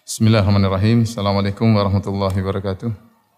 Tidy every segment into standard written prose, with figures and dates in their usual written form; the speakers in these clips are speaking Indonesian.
Bismillahirrahmanirrahim. Assalamualaikum warahmatullahi wabarakatuh.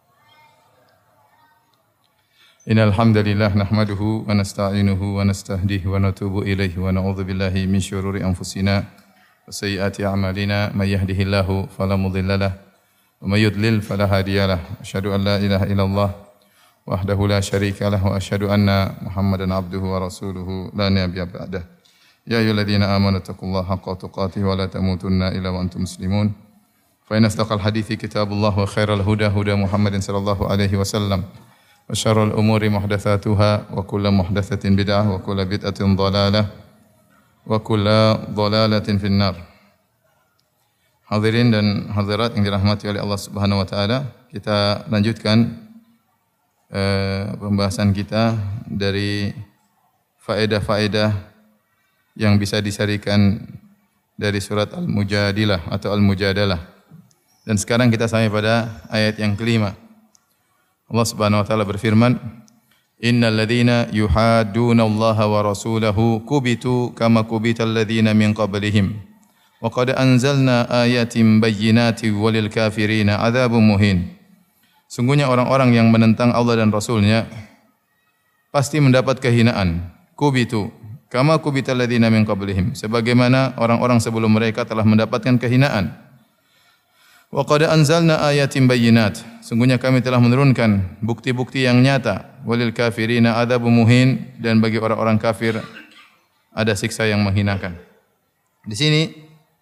Innal hamdalillah nahmaduhu wa nasta'inuhu wa nastahdihi wa natubu ilaihi wa na'udzu billahi min syururi anfusina wa sayyiati a'malina may yahdihillahu fala mudhillalah wa may yudlil fala hadiyalah. Asyhadu an la ilaha illallah wahdahu la syarikalah wa asyhadu anna Muhammadan abduhu wa rasuluhu la nabiyya ba'dah. Ya ayyuhalladzina amanu taqullaha haqqa tuqatih wa la tamutunna illa wa antum muslimun. Fa inna asdaqal hadithi kitabullah wa khairal huda huda Muhammadin sallallahu alaihi wasallam wa syarrul umuri muhdatsatuha wa kullu muhdatsatin bid'ah wa kullu bid'atin dhalalah wa kullu dhalalatin finnar. Hadirin dan hadirat yang dirahmati oleh Allah Subhanahu wa taala, kita lanjutkan pembahasan kita dari faedah-faedah yang bisa disarikan dari surat Al-Mujadilah atau Al-Mujadalah. Dan sekarang kita sampai pada ayat yang kelima. Allah Subhanahu wa taala berfirman, "Innal ladzina yuhadduna Allaha wa rasulahu kubitu kama kubital ladzina min qablihim. Wa qad anzalna ayatin bayyinatin walil kafirina adzabun muhin." Sungguhnya orang-orang yang menentang Allah dan Rasulnya pasti mendapat kehinaan. Kubitu kama kubital ladzina min qablihim. Sebagaimana orang-orang sebelum mereka telah mendapatkan kehinaan. Wa qad anzalna ayatin bayyinat. Sungguhnya kami telah menurunkan bukti-bukti yang nyata. Walil kafirina adzabun muhin, dan bagi orang-orang kafir ada siksa yang menghinakan. Di sini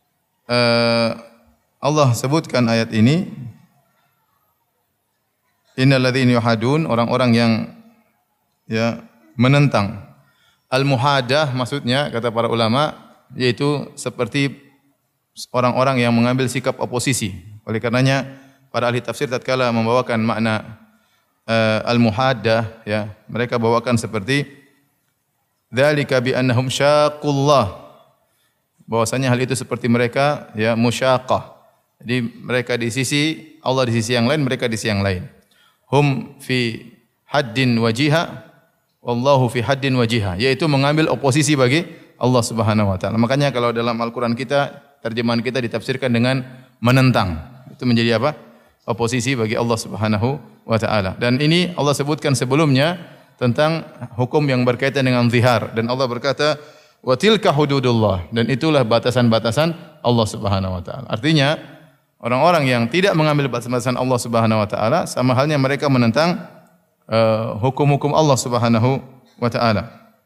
Allah sebutkan ayat ini, innal ladzina yuhadun, orang-orang yang menentang. Al-muhadah maksudnya kata para ulama yaitu seperti orang-orang yang mengambil sikap oposisi. Oleh karenanya para ahli tafsir tatkala membawakan makna al-muhaddah, mereka bawakan seperti dzalika bi annahum syaqullah, bahwasanya hal itu seperti mereka musyaqah. Jadi mereka di sisi Allah di sisi yang lain, mereka di sisi yang lain. Hum fi haddin wajiha wallahu fi haddin wajiha, yaitu mengambil oposisi bagi Allah Subhanahu wa taala. Makanya kalau dalam Al-Qur'an kita, terjemahan kita ditafsirkan dengan menentang. Itu menjadi apa? Oposisi bagi Allah Subhanahu wa taala. Dan ini Allah sebutkan sebelumnya tentang hukum yang berkaitan dengan zihar, dan Allah berkata wa tilka hududullah, dan itulah batasan-batasan Allah Subhanahu wa taala. Artinya orang-orang yang tidak mengambil batasan-batasan Allah Subhanahu wa taala sama halnya mereka menentang hukum-hukum Allah Subhanahu wa taala.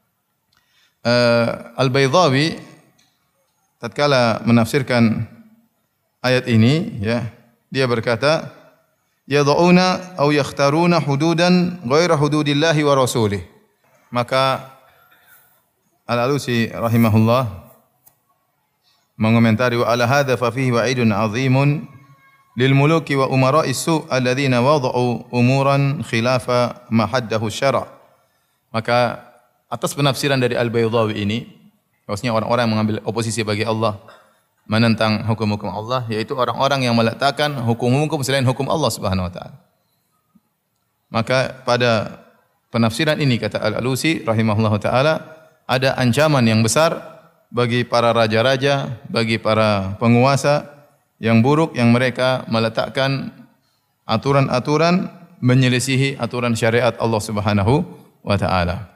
Al-Baydhawi tatkala menafsirkan ayat ini, dia berkata, yad'una aw yakhtaruna hududan ghaira hududillahi wa rasulih. Maka Al-Alusi rahimahullah mengomentari, wa ala hadza fa fihi wa'idun 'azimun lil muluki wa umara'is su' alladziina wada'u umuran khilafa ma haddahu syara'. Maka atas penafsiran dari Al-Baydhawi ini, maksudnya orang-orang yang mengambil oposisi bagi Allah, menentang hukum-hukum Allah, yaitu orang-orang yang meletakkan hukum-hukum selain hukum Allah Subhanahu wa taala. Maka pada penafsiran ini kata Al-Alusi rahimahullahu taala, ada ancaman yang besar bagi para raja-raja, bagi para penguasa yang buruk yang mereka meletakkan aturan-aturan menyelisihi aturan syariat Allah Subhanahu wa taala,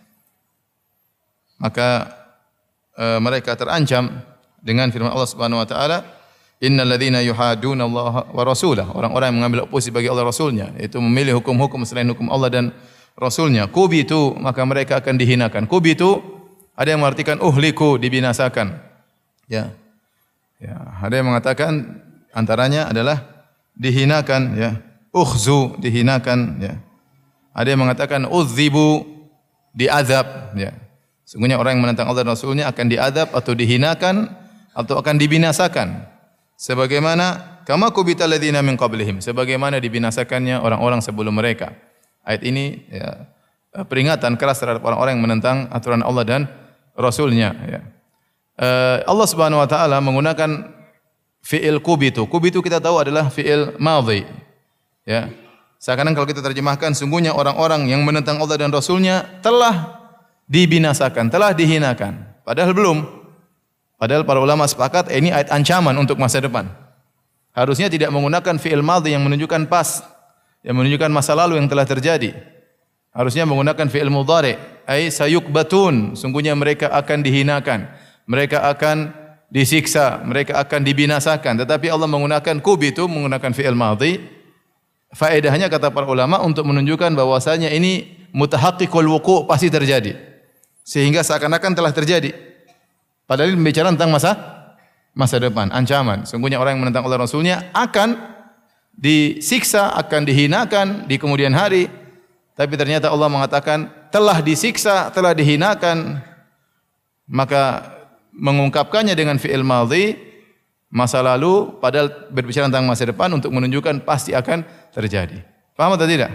Maka mereka terancam dengan firman Allah Subhanahu wa taala, innal ladzina yuhaduna Allah wa rasulah, orang-orang yang mengambil oposisi bagi Allah Rasulnya, yaitu memilih hukum-hukum selain hukum Allah dan Rasulnya, kubitu, maka mereka akan dihinakan. Kubitu ada yang mengartikan uhliku, dibinasakan. Ada yang mengatakan antaranya adalah dihinakan, ukhzu, dihinakan, Ada yang mengatakan udzibu, diazab, Sungguhnya orang yang menentang Allah dan Rasulnya akan diadab atau dihinakan atau akan dibinasakan. Sebagaimana kama kubital ladzina min qablihim, sebagaimana dibinasakannya orang-orang sebelum mereka. Ayat ini peringatan keras terhadap orang-orang yang menentang aturan Allah dan Rasulnya. Allah Subhanahu wa taala menggunakan fi'il kubitu. Kubitu kita tahu adalah fi'il madhi. Seakan-akan kalau kita terjemahkan, sungguhnya orang-orang yang menentang Allah dan Rasulnya telah dibinasakan, telah dihinakan. Padahal belum. Padahal para ulama sepakat ini ayat ancaman untuk masa depan. Harusnya tidak menggunakan fi'il madhi yang menunjukkan pas, yang menunjukkan masa lalu yang telah terjadi. Harusnya menggunakan fi'il mudhari', ai sayukbatun, sungguhnya mereka akan dihinakan, mereka akan disiksa, mereka akan dibinasakan. Tetapi Allah menggunakan kubitu, menggunakan fi'il madhi. Faedahnya kata para ulama untuk menunjukkan bahwasanya ini mutahaqqiqul wuqu', pasti terjadi. Sehingga seakan-akan telah terjadi. Padahal ini bicara tentang masa depan, ancaman. Sungguhnya orang yang menentang Allah Rasulnya akan disiksa, akan dihinakan di kemudian hari. Tapi ternyata Allah mengatakan telah disiksa, telah dihinakan. Maka mengungkapkannya dengan fi'il madhi, masa lalu, padahal berbicara tentang masa depan untuk menunjukkan pasti akan terjadi. Paham atau tidak?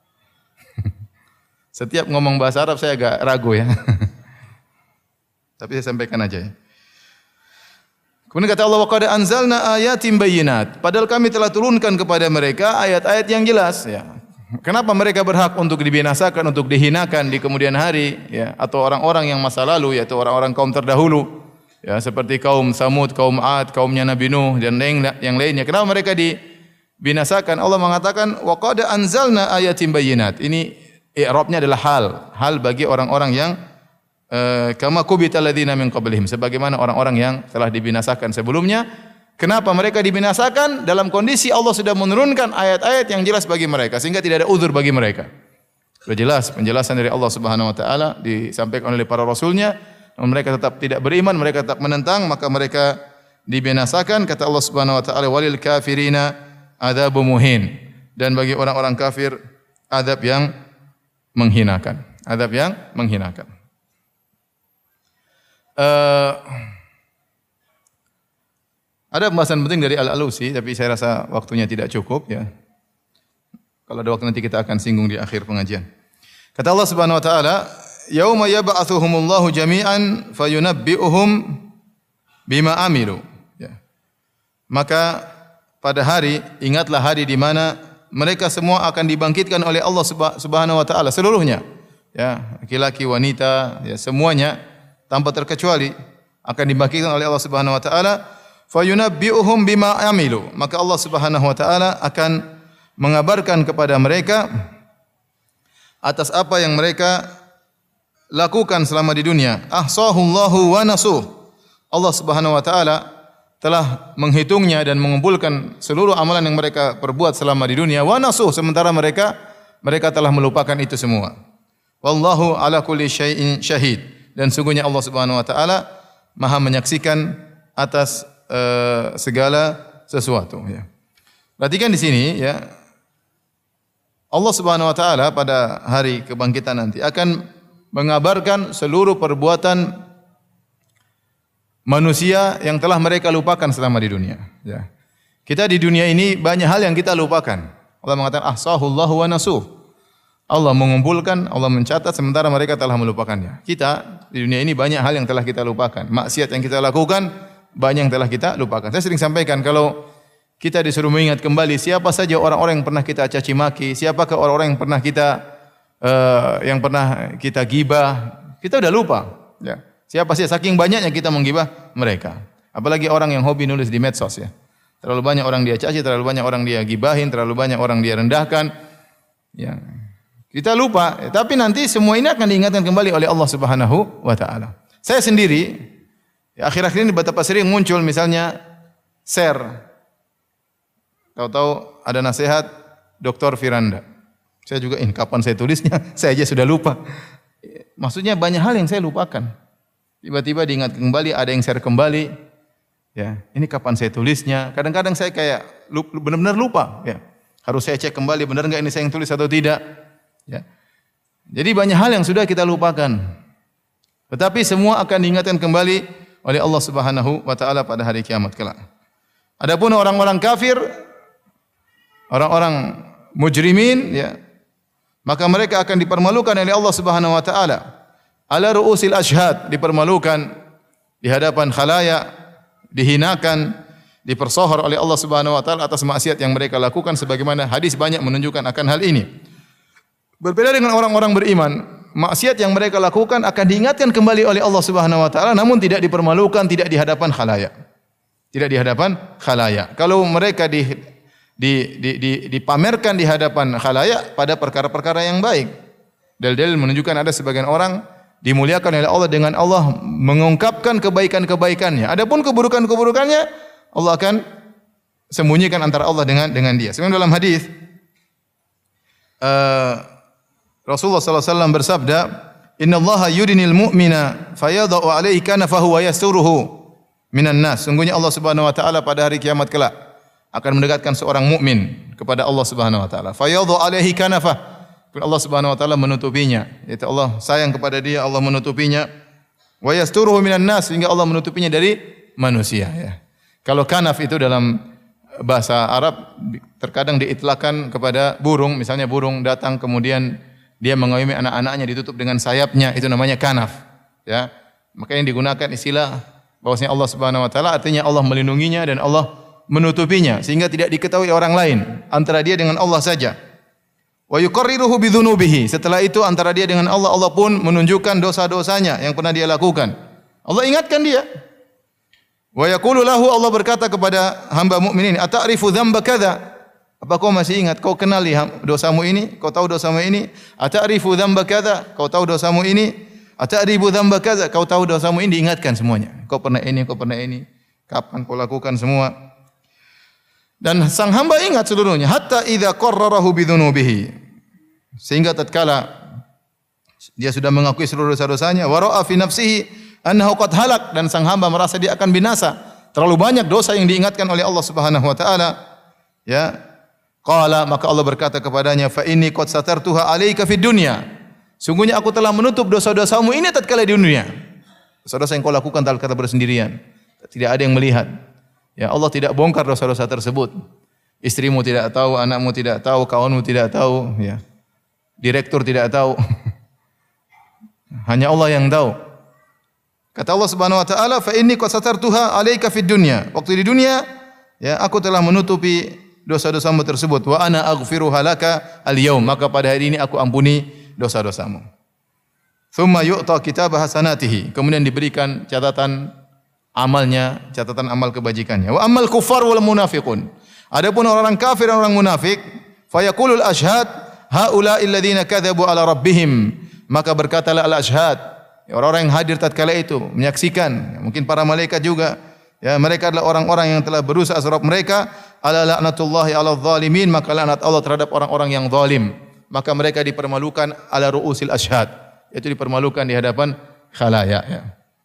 Setiap ngomong bahasa Arab saya agak ragu ya. Tapi saya sampaikan aja ya. Kemudian kata Allah, wa qad anzalna ayatin bayyinat. Padahal kami telah turunkan kepada mereka ayat-ayat yang jelas ya. Kenapa mereka berhak untuk dibinasakan, untuk dihinakan di kemudian hari ya, atau orang-orang yang masa lalu yaitu orang-orang kaum terdahulu ya, seperti kaum Samud, kaum Ad, kaumnya Nabi Nuh dan yang lainnya. Kenapa mereka dibinasakan? Allah mengatakan wa qad anzalna ayatin bayyinat. Ini i'rabnya adalah hal bagi orang-orang yang kama kubital ladzina min qablihim, sebagaimana orang-orang yang telah dibinasakan sebelumnya. Kenapa mereka dibinasakan? Dalam kondisi Allah sudah menurunkan ayat-ayat yang jelas bagi mereka sehingga tidak ada uzur bagi mereka. Sudah jelas penjelasan dari Allah Subhanahu wa taala disampaikan oleh para rasulnya, namun mereka tetap tidak beriman, mereka tetap menentang, maka mereka dibinasakan. Kata Allah Subhanahu wa taala, walil kafirina adzabun muhin, dan bagi orang-orang kafir azab yang menghinakan. Azab yang menghinakan. Ada pembahasan penting dari Al-Alusi, tapi saya rasa waktunya tidak cukup ya. Kalau ada waktu nanti kita akan singgung di akhir pengajian. Kata Allah Subhanahu wa taala, "Yauma yab'atsuhumullahu jami'an fayunabbi'uhum bima amilu." Ya. Maka pada hari, ingatlah hari di mana mereka semua akan dibangkitkan oleh Allah Subhanahu wa taala seluruhnya. Ya, laki-laki, wanita, ya semuanya tanpa terkecuali akan dibangkitkan oleh Allah Subhanahu wa taala. Fayunabbi'uhum bima amilu. Maka Allah Subhanahu wa taala akan mengabarkan kepada mereka atas apa yang mereka lakukan selama di dunia. Ahsahullahu wa nasuh. Allah Subhanahu wa taala telah menghitungnya dan mengumpulkan seluruh amalan yang mereka perbuat selama di dunia. Wa nasuh, sementara mereka telah melupakan itu semua. Wallahu ala kulli syai'in syahid. Dan sungguhnya Allah Subhanahu wa taala Maha menyaksikan atas segala sesuatu ya. Perhatikan di sini ya. Allah Subhanahu wa taala pada hari kebangkitan nanti akan mengabarkan seluruh perbuatan manusia yang telah mereka lupakan selama di dunia ya. Kita di dunia ini banyak hal yang kita lupakan. Allah mengatakan ahsahullahu wa nasuh. Allah mengumpulkan, Allah mencatat sementara mereka telah melupakannya. Kita di dunia ini banyak hal yang telah kita lupakan. Maksiat yang kita lakukan banyak yang telah kita lupakan. Saya sering sampaikan kalau kita disuruh mengingat kembali siapa saja orang-orang yang pernah kita caci maki, siapakah orang-orang yang pernah kita gibah, kita udah lupa. Ya. Siapa sih? Saking banyaknya kita menggibah mereka. Apalagi orang yang hobi nulis di medsos ya. Terlalu banyak orang dia caci, terlalu banyak orang dia gibahin, terlalu banyak orang dia rendahkan. Ya. Kita lupa. Tapi nanti semua ini akan diingatkan kembali oleh Allah Subhanahu wa taala. Saya sendiri akhir-akhir ini betapa sering muncul misalnya share. Tahu-tahu ada nasihat Dr. Firanda. Saya juga kapan saya tulisnya? Saya aja sudah lupa. Maksudnya banyak hal yang saya lupakan. Tiba-tiba diingat kembali, ada yang share kembali. Ya, ini kapan saya tulisnya? Kadang-kadang saya kayak benar-benar lupa. Ya, harus saya cek kembali benar enggak ini saya yang tulis atau tidak. Ya. Jadi banyak hal yang sudah kita lupakan. Tetapi semua akan diingatkan kembali oleh Allah Subhanahu wa taala pada hari kiamat kelak. Adapun orang-orang kafir, orang-orang mujrimin ya, maka mereka akan dipermalukan oleh Allah Subhanahu wa taala. Ala ru'usil ashhad, dipermalukan di hadapan khalayak, dihinakan, dipersohor oleh Allah Subhanahu wa taala atas maksiat yang mereka lakukan sebagaimana hadis banyak menunjukkan akan hal ini. Berbeda dengan orang-orang beriman, maksiat yang mereka lakukan akan diingatkan kembali oleh Allah Subhanahu wa taala namun tidak dipermalukan, tidak di hadapan khalayak. Tidak di hadapan khalayak. Kalau mereka dipamerkan di hadapan khalayak pada perkara-perkara yang baik. Dalil-dalil menunjukkan ada sebagian orang dimuliakan oleh Allah dengan Allah mengungkapkan kebaikan-kebaikannya. Adapun keburukan-keburukannya Allah akan sembunyikan antara Allah dengan dia. Sebagaimana dalam hadis Rasulullah sallallahu alaihi wasallam bersabda, "Innallaha yudinil mu'mina fayadha'u 'alaihi kanafahu wa yasturuhu minan nas." Sungguhnya Allah Subhanahu wa taala pada hari kiamat kelak akan mendekatkan seorang mukmin kepada Allah Subhanahu wa taala. Fayadha'u 'alaihi kanafah. Allah Subhanahu wa taala menutupinya. Yaitu Allah sayang kepada dia, Allah menutupinya. Wa yasturuhu minan nas, sehingga Allah menutupinya dari manusia, ya. Kalau kanaf itu dalam bahasa Arab terkadang diitlakan kepada burung, misalnya burung datang kemudian dia mengayomi anak-anaknya ditutup dengan sayapnya, itu namanya kanaf, ya. Makanya digunakan istilah bahwasanya Allah Subhanahu wa taala artinya Allah melindunginya dan Allah menutupinya sehingga tidak diketahui orang lain, antara dia dengan Allah saja. Wa yuqarriruhu bidzunubihi. Setelah itu antara dia dengan Allah, Allah pun menunjukkan dosa-dosanya yang pernah dia lakukan. Allah ingatkan dia. Wa yaqulu lahu, Allah berkata kepada hamba mukmin ini, "Ata'rifu dzamba kadza?" Apa kau masih ingat? Kau kenali dosamu ini? Kau tahu dosamu ini? Ata'rifu dzamba kadza? Kau tahu dosamu ini? Ata'rifu dzamba kadza? Kau tahu dosamu ini? Diingatkan semuanya. Kau pernah ini, kau pernah ini. Kapan kau lakukan semua? Dan sang hamba ingat seluruhnya, hatta idza qarrarahu bidzunubihi, sehingga tatkala dia sudah mengakui seluruh dosa-dosanya, wa ra'a fi nafsihi annahu qad halak, dan sang hamba merasa dia akan binasa, terlalu banyak dosa yang diingatkan oleh Allah Subhanahu wa taala, ya. Qala, maka Allah berkata kepadanya, fa inni qad satartuha 'alaika fid dunya, sungguhnya aku telah menutup dosa-dosamu ini tatkala di dunia. Dosa-dosa yang kau lakukan tatkala bersendirian, tidak ada yang melihat. Ya, Allah tidak bongkar dosa-dosa tersebut. Istrimu tidak tahu, anakmu tidak tahu, kawanmu tidak tahu, ya. Direktur tidak tahu. Hanya Allah yang tahu. Kata Allah Subhanahu wa taala, "Fa inni qad satartuha 'alaika fid dunya." Waktu di dunia, ya, aku telah menutupi dosa-dosamu tersebut. Wa ana aghfiruha laka al-yaum. Maka pada hari ini aku ampuni dosa-dosamu. Tsumma yu'ta kitabah hasanatihi. Kemudian diberikan catatan amalnya, catatan amal kebajikannya. Wa ammal kuffar wal munafiqun. Adapun orang kafir dan orang munafik, fayaqulul ashhad haula'i alladziina kadzabu ala rabbihim. Maka berkatalah al-ashhad, orang-orang yang hadir tatkala itu menyaksikan, mungkin para malaikat juga, ya, mereka adalah orang-orang yang telah berusaha atas mereka, ala la'natullahi 'alal zalimin, maka laknat Allah terhadap orang-orang yang zalim. Maka mereka dipermalukan ala ru'usil ashhad, yaitu dipermalukan di hadapan khalayak, ya.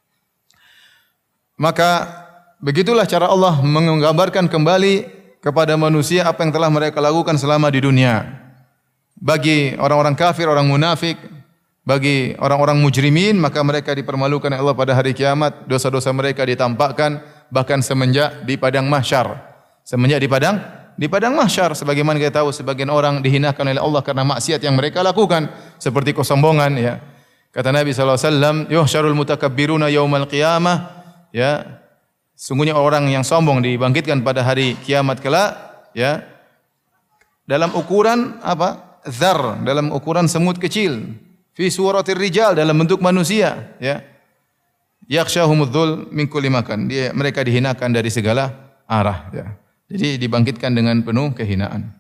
Maka begitulah cara Allah menggambarkan kembali kepada manusia apa yang telah mereka lakukan selama di dunia. Bagi orang-orang kafir, orang munafik, bagi orang-orang mujrimin, maka mereka dipermalukan oleh Allah pada hari kiamat. Dosa-dosa mereka ditampakkan bahkan semenjak di padang mahsyar. Semenjak di padang mahsyar, sebagaimana kita tahu sebagian orang dihinakan oleh Allah karena maksiat yang mereka lakukan, seperti kesombongan, ya. Kata Nabi sallallahu alaihi wasallam, "Yuhsyarul mutakabbiruna yaumal qiyamah." Ya, sungguhnya orang yang sombong dibangkitkan pada hari kiamat kelak, ya, dalam ukuran apa? Dzar, dalam ukuran semut kecil. Fi suratir rijal, dalam bentuk manusia, ya. Yakhshahumudzul min kulli makan. Mereka dihinakan dari segala arah, ya. Jadi dibangkitkan dengan penuh kehinaan.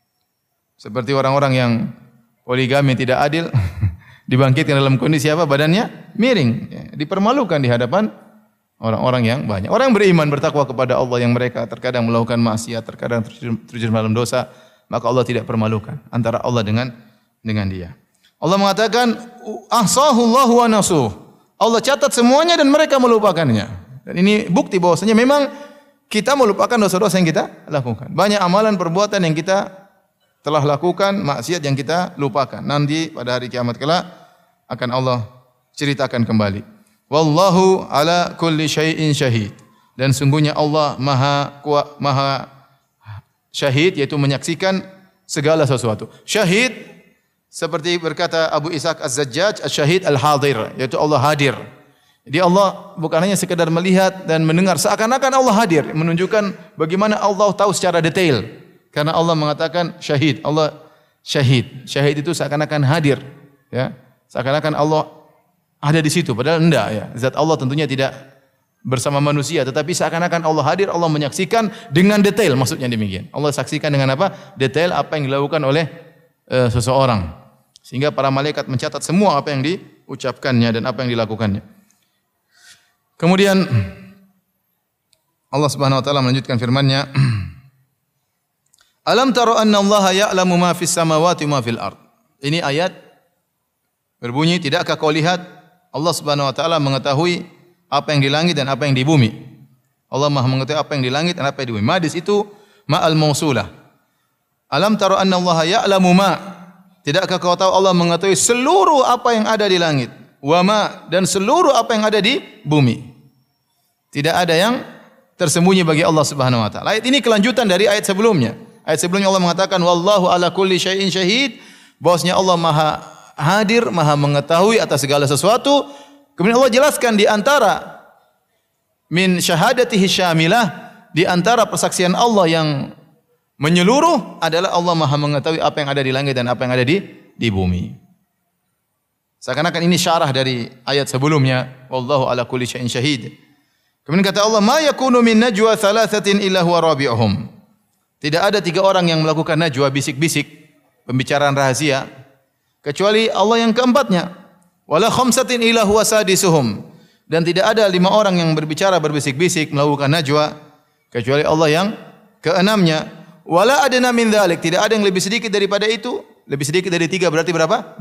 Seperti orang-orang yang poligami tidak adil dibangkitkan dalam kondisi apa? Badannya miring, ya. Dipermalukan di hadapan orang-orang yang banyak. Orang yang beriman, bertakwa kepada Allah, yang mereka terkadang melakukan maksiat, terkadang terjun dalam dosa, maka Allah tidak permalukan antara Allah dengan dia. Allah mengatakan, ahsahullahu wa nasuh. Allah catat semuanya dan mereka melupakannya. Dan ini bukti bahwasanya memang kita melupakan dosa-dosa yang kita lakukan. Banyak amalan perbuatan yang kita telah lakukan, maksiat yang kita lupakan. Nanti pada hari kiamat kelak akan Allah ceritakan kembali. Wallahu ala kulli syai'in syahid. Dan sungguhnya Allah maha syahid, yaitu menyaksikan segala sesuatu. Syahid seperti berkata Abu Ishaq Az-Zajjaj, asy-syahid al-hadir, yaitu Allah hadir. Jadi Allah bukan hanya sekedar melihat dan mendengar, seakan-akan Allah hadir, menunjukkan bagaimana Allah tahu secara detail. Karena Allah mengatakan syahid, Allah syahid. Syahid itu seakan-akan hadir, ya. Seakan-akan Allah ada di situ, padahal enggak, ya. Zat Allah tentunya tidak bersama manusia, tetapi seakan-akan Allah hadir, Allah menyaksikan dengan detail, maksudnya demikian. Allah saksikan dengan apa? Detail apa yang dilakukan oleh seseorang. Sehingga para malaikat mencatat semua apa yang diucapkannya dan apa yang dilakukannya. Kemudian Allah Subhanahu wa taala melanjutkan firman-Nya, Alam tara anna Allah ya'lamu ma fis samawati wa ma fil ard. Ini ayat berbunyi, tidakkah kau lihat Allah Subhanahu wa taala mengetahui apa yang di langit dan apa yang di bumi. Allah Maha mengetahui apa yang di langit dan apa yang di bumi. Madis itu ma'al mausulah. Alam tara anna Allah ya'lamu ma. Tidakkah kau tahu Allah mengetahui seluruh apa yang ada di langit, wa ma, dan seluruh apa yang ada di bumi. Tidak ada yang tersembunyi bagi Allah Subhanahu wa taala. Ayat ini kelanjutan dari ayat sebelumnya. Ayat sebelumnya Allah mengatakan wallahu ala kulli syai'in syahid. Bahwasanya Allah Maha hadir, Maha mengetahui atas segala sesuatu. Kemudian Allah jelaskan di antara min syahadatihi syamilah, di antara persaksian Allah yang menyeluruh adalah Allah Maha mengetahui apa yang ada di langit dan apa yang ada di bumi. Seakan-akan ini syarah dari ayat sebelumnya, wallahu ala kulli syai'in syahid. Kemudian kata Allah, ma yakunu min najwa thalathatin illa huwa rabi'uhum. Tidak ada 3 orang yang melakukan najwa, bisik-bisik, pembicaraan rahasia, kecuali Allah yang keempatnya. Wala khamsatin illa huwa sadisuhum. Dan tidak ada 5 orang yang berbicara berbisik-bisik melakukan najwa kecuali Allah yang keenamnya. Wala adna min dzalik, tidak ada yang lebih sedikit daripada itu. Lebih sedikit dari 3 berarti berapa?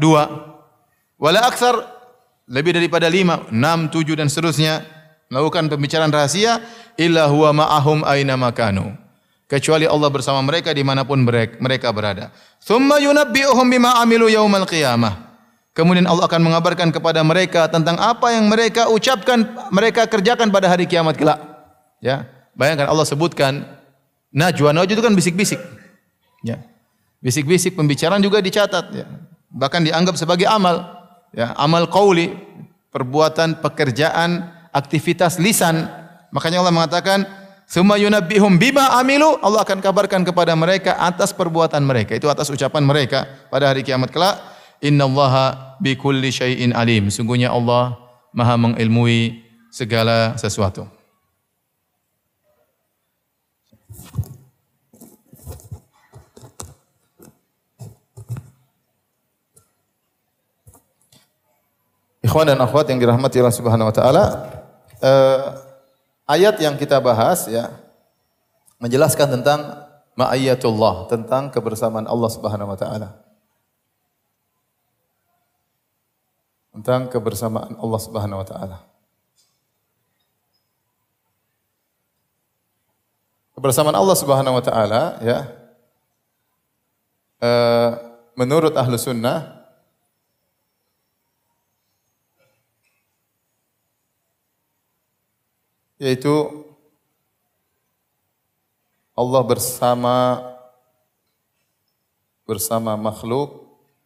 2. Wala aktsar, lebih daripada 5, 6, 7 dan seterusnya melakukan pembicaraan rahasia illa huwa ma'ahum aina makanu. Kecuali Allah bersama mereka dimanapun mereka berada. Tsumma yunabbi'uhum bima amilu yaumal qiyamah. Kemudian Allah akan mengabarkan kepada mereka tentang apa yang mereka ucapkan, mereka kerjakan pada hari kiamat kelak. Ya, bayangkan Allah sebutkan najwa itu kan bisik-bisik. Ya. Bisik-bisik pembicaraan juga dicatat, ya. Bahkan dianggap sebagai amal, ya, amal qauli, perbuatan, pekerjaan, aktivitas lisan. Makanya Allah mengatakan, "Tsumma yunabbihum bima amilu." Allah akan kabarkan kepada mereka atas perbuatan mereka, itu atas ucapan mereka pada hari kiamat kelak. Innallaha bikulli syai'in alim. Sungguhnya Allah Maha mengilmui segala sesuatu. Ikhwan dan akhwat yang dirahmati Allah Subhanahu wa taala, ayat yang kita bahas ya menjelaskan tentang ma'iyatullah, tentang kebersamaan Allah Subhanahu wa taala. Tentang kebersamaan Allah Subhanahu wa taala. Kebersamaan Allah Subhanahu wa taala ya menurut ahlu sunnah yaitu Allah bersama makhluk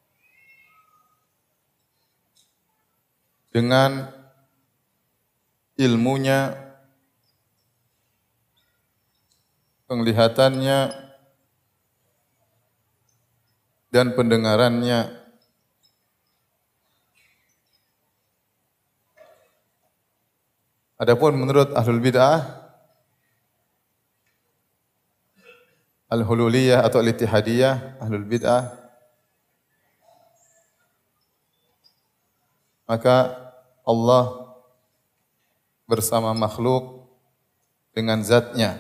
dengan ilmunya, penglihatannya, dan pendengarannya. Adapun menurut ahlul bid'ah, al-hululiyah atau al-ittihadiyah, ahlul bid'ah, maka Allah bersama makhluk dengan zatnya.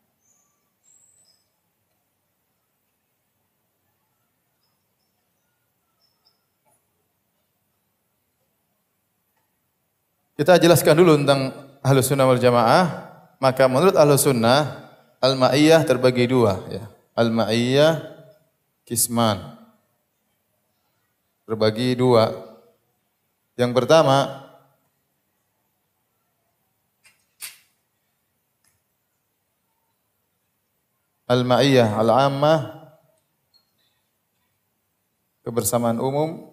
Kita jelaskan dulu tentang Ahlus Sunnah wal Jamaah. Maka menurut Ahlus Sunnah, al-ma'iyyah terbagi 2 ya. Al-ma'iyyah kisman. Terbagi 2. Yang pertama, al-ma'iyyah al-ammah, kebersamaan umum.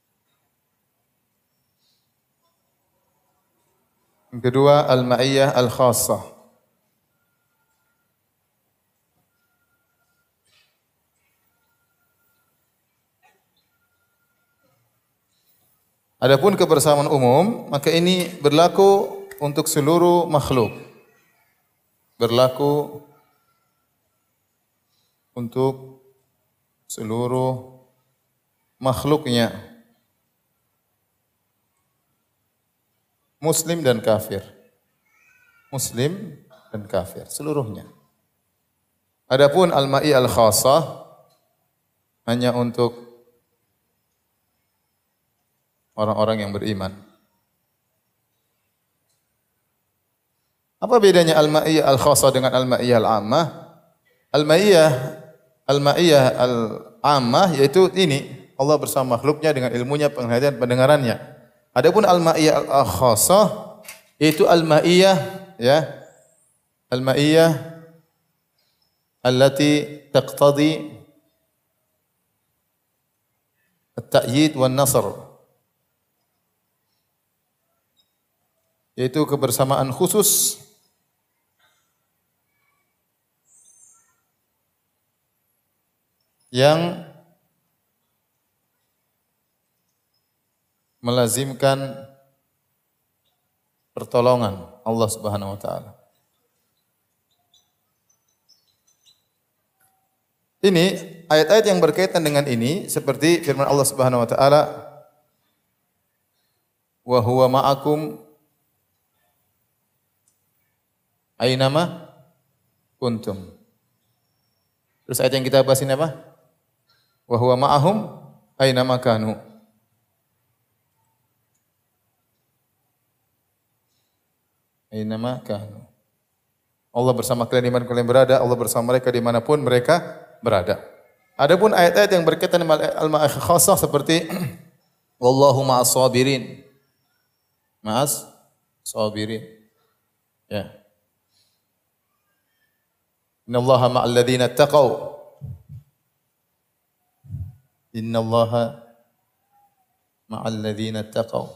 Yang kedua, al-ma'iyyah al-khassah. Adapun kebersamaan umum, maka ini berlaku untuk seluruh makhluk. Berlaku untuk seluruh makhluknya. Muslim dan kafir. Muslim dan kafir, seluruhnya. Adapun al-ma'i al-khassah hanya untuk orang-orang yang beriman. Apa bedanya al-ma'iyyah al-khassah dengan al-ma'iyyah al-ammah? Al-ma'iyyah al-ammah yaitu ini, Allah bersama makhluknya dengan ilmunya, penglihatan, pendengarannya. Adapun al-ma'iyyah al-khassah yaitu al-ma'iyyah ya, al-ma'iyyah allati taqtadi at-ta'yid wan nasr. Yaitu kebersamaan khusus yang melazimkan pertolongan Allah Subhanahu wa taala. Ini ayat-ayat yang berkaitan dengan ini seperti firman Allah Subhanahu wa taala, wa huwa ma'akum ainama kuntum. Terus ayat yang kita bahas ini apa? Wa huwa ma'ahum ainama kanu. Ainama kanu. Allah bersama kalian di mana kalian berada, Allah bersama mereka dimanapun mereka berada. Adapun ayat-ayat yang berkaitan dengan al-ma'ah khassah seperti wallahu ma'as sabirin. Ma'as sabirin. Ya. Innallaha ma'al ladzina taqaw. Innallaha ma'al ladzina taqaw.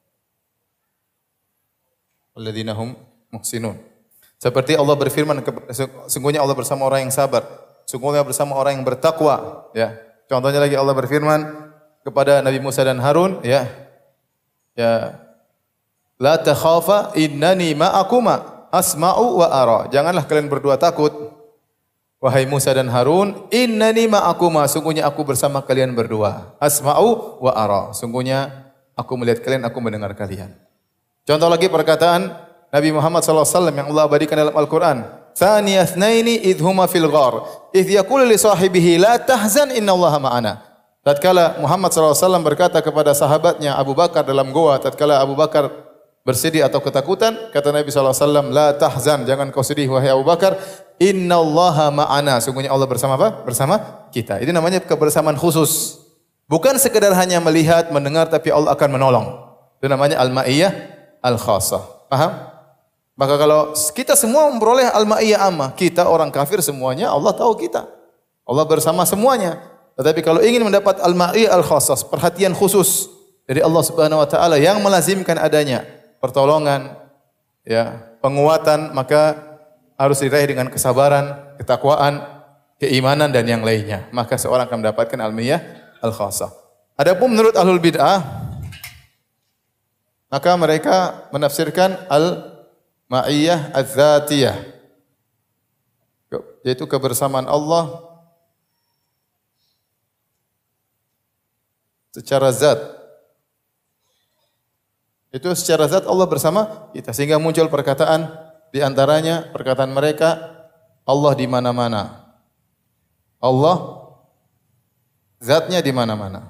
Walladzina hum muhsinun. Seperti Allah berfirman, sungguhnya Allah bersama orang yang sabar, sungguhnya bersama orang yang bertakwa, ya. Contohnya lagi Allah berfirman kepada Nabi Musa dan Harun, ya. Ya. La takhafa innani ma'akuma asma'u wa ara. Janganlah kalian berdua takut, wahai Musa dan Harun, innani ma'akuma, sungguhnya aku bersama kalian berdua. Asma'u wa ara. Sungguhnya aku melihat kalian, aku mendengar kalian. Contoh lagi perkataan Nabi Muhammad SAW yang Allah abadikan dalam Al-Quran. Thaniya thnaini idhuma fil ghar. Idh yaqulu li sahibihi la tahzan innallaha ma'ana. Tatkala Muhammad SAW berkata kepada sahabatnya Abu Bakar dalam goa, tatkala Abu Bakar bersedih atau ketakutan, kata Nabi SAW, la tahzan, jangan kau sedih wahai Abu Bakar, innallaha ma'ana. Sungguhnya Allah bersama apa? Bersama kita. Ini namanya kebersamaan khusus. Bukan sekedar hanya melihat, mendengar, tapi Allah akan menolong. Itu namanya al-ma'iyyah al-khassah. Paham? Maka kalau kita semua memperoleh al-ma'iyyah ammah, kita orang kafir semuanya, Allah tahu kita. Allah bersama semuanya. Tetapi kalau ingin mendapat al-ma'iyyah al-khassah, perhatian khusus dari Allah Subhanahu wa taala yang melazimkan adanya pertolongan, ya, penguatan, maka harus diraih dengan kesabaran, ketakwaan, keimanan dan yang lainnya. Maka seorang akan mendapatkan al-ma'iyyah al-khassah. Adapun menurut ahlul bid'ah, maka mereka menafsirkan al-ma'iyyah az-zatiyah, yaitu kebersamaan Allah secara zat. Itu secara zat Allah bersama kita, sehingga muncul perkataan di antaranya perkataan mereka, Allah di mana-mana. Allah zatnya di mana-mana.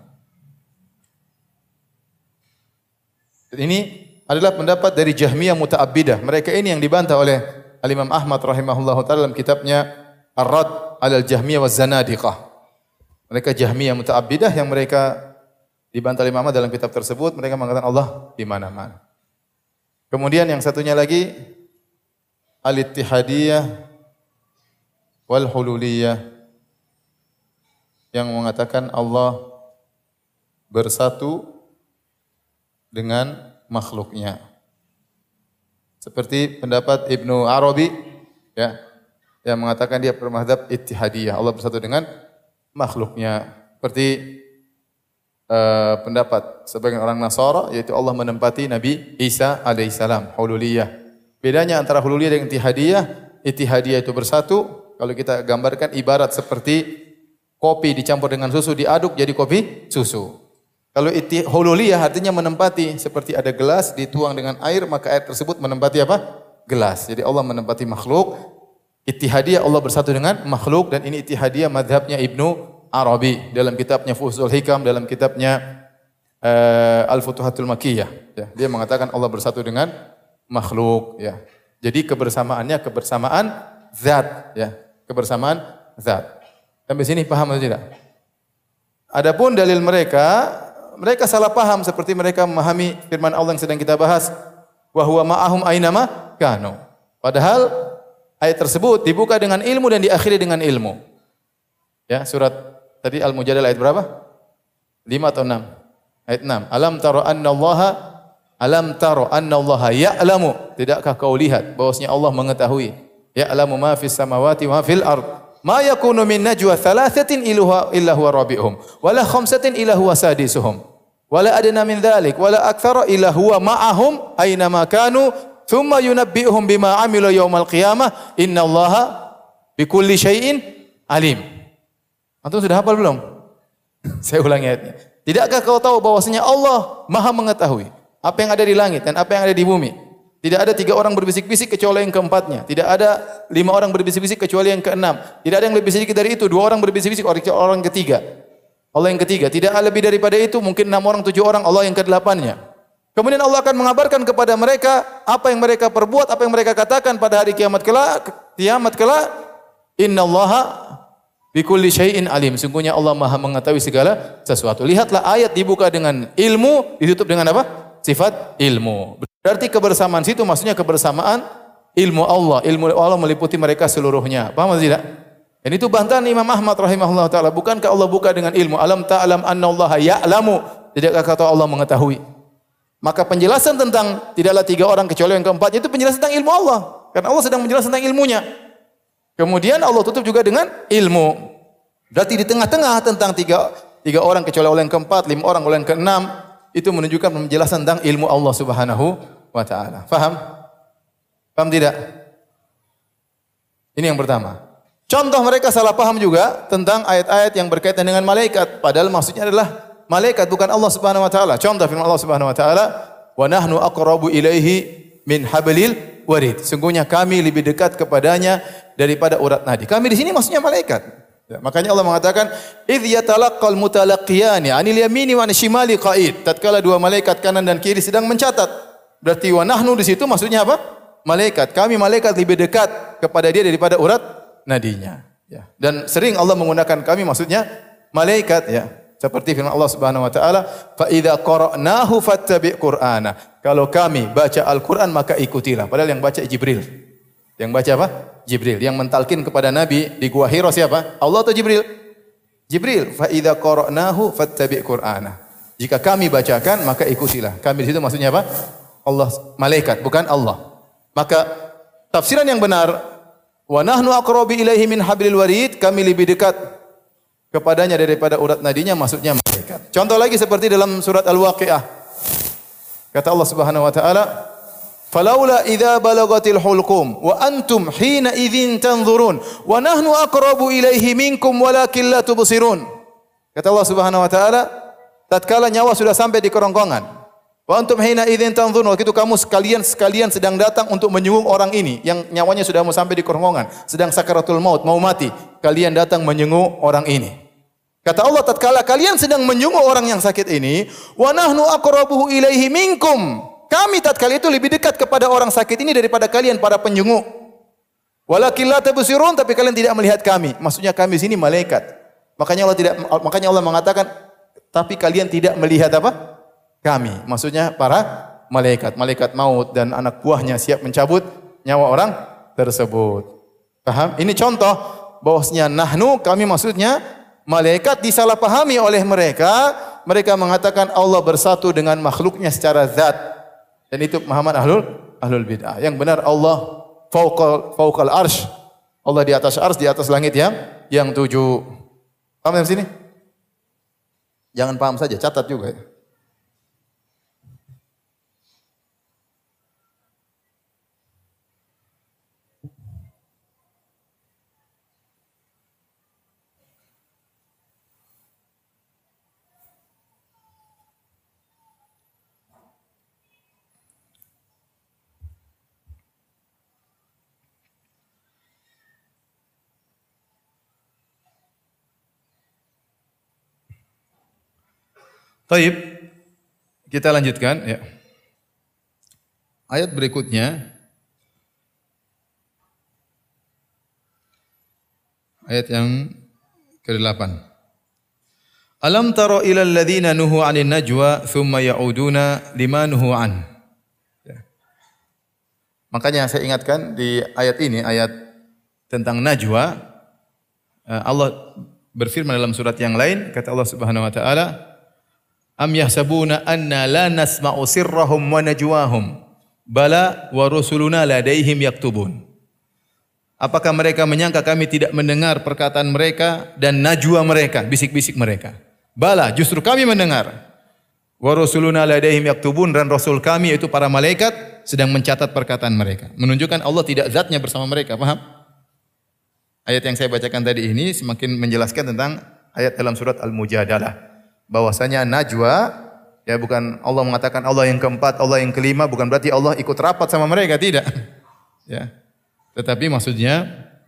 Ini adalah pendapat dari Jahmiyah Muta'abbidah. Mereka ini yang dibantah oleh Al-Imam Ahmad rahimahullahu ta'ala dalam kitabnya Ar-Rad 'alal Jahmiyah wa Zanadiqah. Mereka Jahmiyah Muta'abbidah yang mereka dibantah oleh Imam Ahmad dalam kitab tersebut. Mereka mengatakan Allah di mana-mana. Kemudian yang satunya lagi Al-Ittihadiyah wal Hululiyah yang mengatakan Allah bersatu dengan makhluknya. Seperti pendapat Ibnu Arabi, ya, yang mengatakan dia bermadzhab ittihadiyah, Allah bersatu dengan makhluknya. Seperti pendapat sebagian orang Nasara, yaitu Allah menempati Nabi Isa alaihissalam, hululiyah. Bedanya antara hululiyah dengan ittihadiyah, ittihadiyah itu bersatu. Kalau kita gambarkan ibarat seperti kopi dicampur dengan susu diaduk jadi kopi susu. Kalau hululiyah artinya menempati, seperti ada gelas dituang dengan air, maka air tersebut menempati apa? Gelas. Jadi Allah menempati makhluk. Ittihadiyah Allah bersatu dengan makhluk, dan ini ittihadiyah madhabnya Ibnu Arabi dalam kitabnya Fuhsul Hikam, dalam kitabnya Al-Futuhatul Makkiyah. Ya, dia mengatakan Allah bersatu dengan makhluk. Ya. Jadi kebersamaannya kebersamaan zat. Ya. Kebersamaan zat. Sampai sini paham atau tidak? Adapun dalil mereka salah paham seperti mereka memahami firman Allah yang sedang kita bahas, wa huwa ma'ahum ainama kanu. Padahal ayat tersebut dibuka dengan ilmu dan diakhiri dengan ilmu. Ya, surat tadi Al-Mujadilah ayat berapa? 5 atau 6? Ayat 6. Alam taro annallaha ya'lamu. Tidakkah kau lihat bahwasanya Allah mengetahui? Ya'lamu ma fis samawati wa fil ard. Ma yakunu min najwa thalathatin illa huwa rabi'uhum wala khamsatin illa huwa sadisuhum wala adna min dhalik wala aktsara illa huwa ma'ahum aina ma kanu thumma yunabbi'uhum bima 'amilu yaumal qiyamah innallaha bikulli syai'in alim. Antum sudah hafal belum? Saya ulangi ayatnya. Tidakkah kau tahu bahwasanya Allah Maha mengetahui apa yang ada di langit dan apa yang ada di bumi? Tidak ada 3 orang berbisik-bisik kecuali yang keempatnya. Tidak ada 5 orang berbisik-bisik kecuali yang keenam. Tidak ada yang lebih sedikit dari itu. 2 orang berbisik-bisik orang ketiga. Allah yang ketiga. Tidak ada lebih daripada itu. Mungkin 6 orang, 7 orang. Allah yang ke-8-nya. Kemudian Allah akan mengabarkan kepada mereka apa yang mereka perbuat, apa yang mereka katakan pada hari kiamat kelak. Innallaha bikulli syai'in alim. Sungguhnya Allah Maha mengetahui segala sesuatu. Lihatlah ayat dibuka dengan ilmu, ditutup dengan apa? Sifat ilmu. Berarti kebersamaan situ maksudnya kebersamaan ilmu Allah. Ilmu Allah meliputi mereka seluruhnya. Paham atau tidak? Dan itu bantahan Imam Ahmad rahimahullah ta'ala. Bukankah Allah buka dengan ilmu? Alam ta'alam annallaha ya'lamu. Tidakkah kata Allah mengetahui? Maka penjelasan tentang tidaklah 3 orang kecuali yang keempatnya itu penjelasan tentang ilmu Allah. Karena Allah sedang menjelaskan tentang ilmunya. Kemudian Allah tutup juga dengan ilmu. Berarti di tengah-tengah tentang 3 orang kecuali oleh yang keempat, 5 orang oleh yang keenam. Itu menunjukkan penjelasan tentang ilmu Allah Subhanahu wa ta'ala. Faham? Faham tidak? Ini yang pertama. Contoh mereka salah paham juga tentang ayat-ayat yang berkaitan dengan malaikat. Padahal maksudnya adalah malaikat, bukan Allah Subhanahu wa ta'ala. Contoh firman Allah Subhanahu wa ta'ala, wa nahnu aqrabu ilaihi min hablil warid. Sungguhnya kami lebih dekat kepadanya daripada urat nadi. Kami di sini maksudnya malaikat. Ya, makanya Allah mengatakan idz yatalaqqal mutalaqiyani 'anil yamini wa 'anil shimali qa'id. Tatkala 2 malaikat kanan dan kiri sedang mencatat. Berarti wa nahnu di situ maksudnya apa? Malaikat. Kami malaikat lebih dekat kepada dia daripada urat nadinya. Ya. Dan sering Allah menggunakan kami maksudnya malaikat, ya. Seperti firman Allah Subhanahu wa taala, fa idza qara'nahu fattabi' qur'ana. Kalau kami baca Al-Qur'an maka ikutilah. Padahal yang baca Jibril. Yang baca apa? Jibril. Yang mentalkin kepada Nabi di Gua Hira siapa? Allah atau Jibril? Jibril. Fa idza qara'nahu fattabi' qur'ana. Jika kami bacakan maka ikutilah. Kami di situ maksudnya apa? Allah, malaikat, bukan Allah. Maka tafsiran yang benar, wa nahnu aqrabu ilaihi min hablil warid, kami lebih dekat kepadanya daripada urat nadinya, maksudnya malaikat. Contoh lagi seperti dalam surat Al-Waqiah. Kata Allah Subhanahu wa taala, falaula idza balagatil hulqum wa antum hina idzin tanzurun wa nahnu aqrabu ilaihi minkum walakin la tubsirun. Kata Allah Subhanahu wa taala, tatkala nyawa sudah sampai di kerongkongan, wa antum hina idzin tanzurun, waktu itu kamu sekalian sedang datang untuk menyenguk orang ini yang nyawanya sudah mau sampai di kerongkongan, sedang sakaratul maut, mau mati, kalian datang menyenguk orang ini. Kata Allah, tatkala kalian sedang menyenguk orang yang sakit ini, wa nahnu aqrabuhu ilaihi minkum, kami tatkala itu lebih dekat kepada orang sakit ini daripada kalian para penyenguk. Walakin la tabsirun, tapi kalian tidak melihat kami. Maksudnya kami di sini malaikat. Makanya Allah mengatakan, tapi kalian tidak melihat apa? Kami. Maksudnya para malaikat, malaikat maut dan anak buahnya siap mencabut nyawa orang tersebut. Paham? Ini contoh bahwasanya nahnu, kami maksudnya malaikat disalahpahami oleh mereka. Mereka mengatakan Allah bersatu dengan makhluknya secara zat. Dan itu pemahaman ahlul bid'ah. Yang benar Allah fauqal arsh. Allah di atas arsy, di atas langit yang 7. Paham dari sini? Jangan paham saja, catat juga ya. Baik, kita lanjutkan ya. Ayat berikutnya, ayat yang ke-8. Alam tara ilal ladzina nuhu 'anil najwa thumma ya'uduna lima nuhu an. Ya. Makanya saya ingatkan di ayat ini, ayat tentang najwa, Allah berfirman dalam surat yang lain, kata Allah Subhanahu wa taala, am yahsabuna anna la nasma'u sirrahum wa najwahum bala wa rusuluna ladaihim yaktubun. Apakah mereka menyangka kami tidak mendengar perkataan mereka dan najwa mereka, bisik-bisik mereka? Bala, justru kami mendengar. Wa rusuluna ladaihim yaktubun, dan rasul kami yaitu para malaikat sedang mencatat perkataan mereka. Menunjukkan Allah tidak zatnya bersama mereka, paham? Ayat yang saya bacakan tadi ini semakin menjelaskan tentang ayat dalam surat Al-Mujadalah. Bahwasanya najwa, ya bukan Allah mengatakan Allah yang keempat, Allah yang kelima, bukan berarti Allah ikut rapat sama mereka, tidak. Ya. Tetapi maksudnya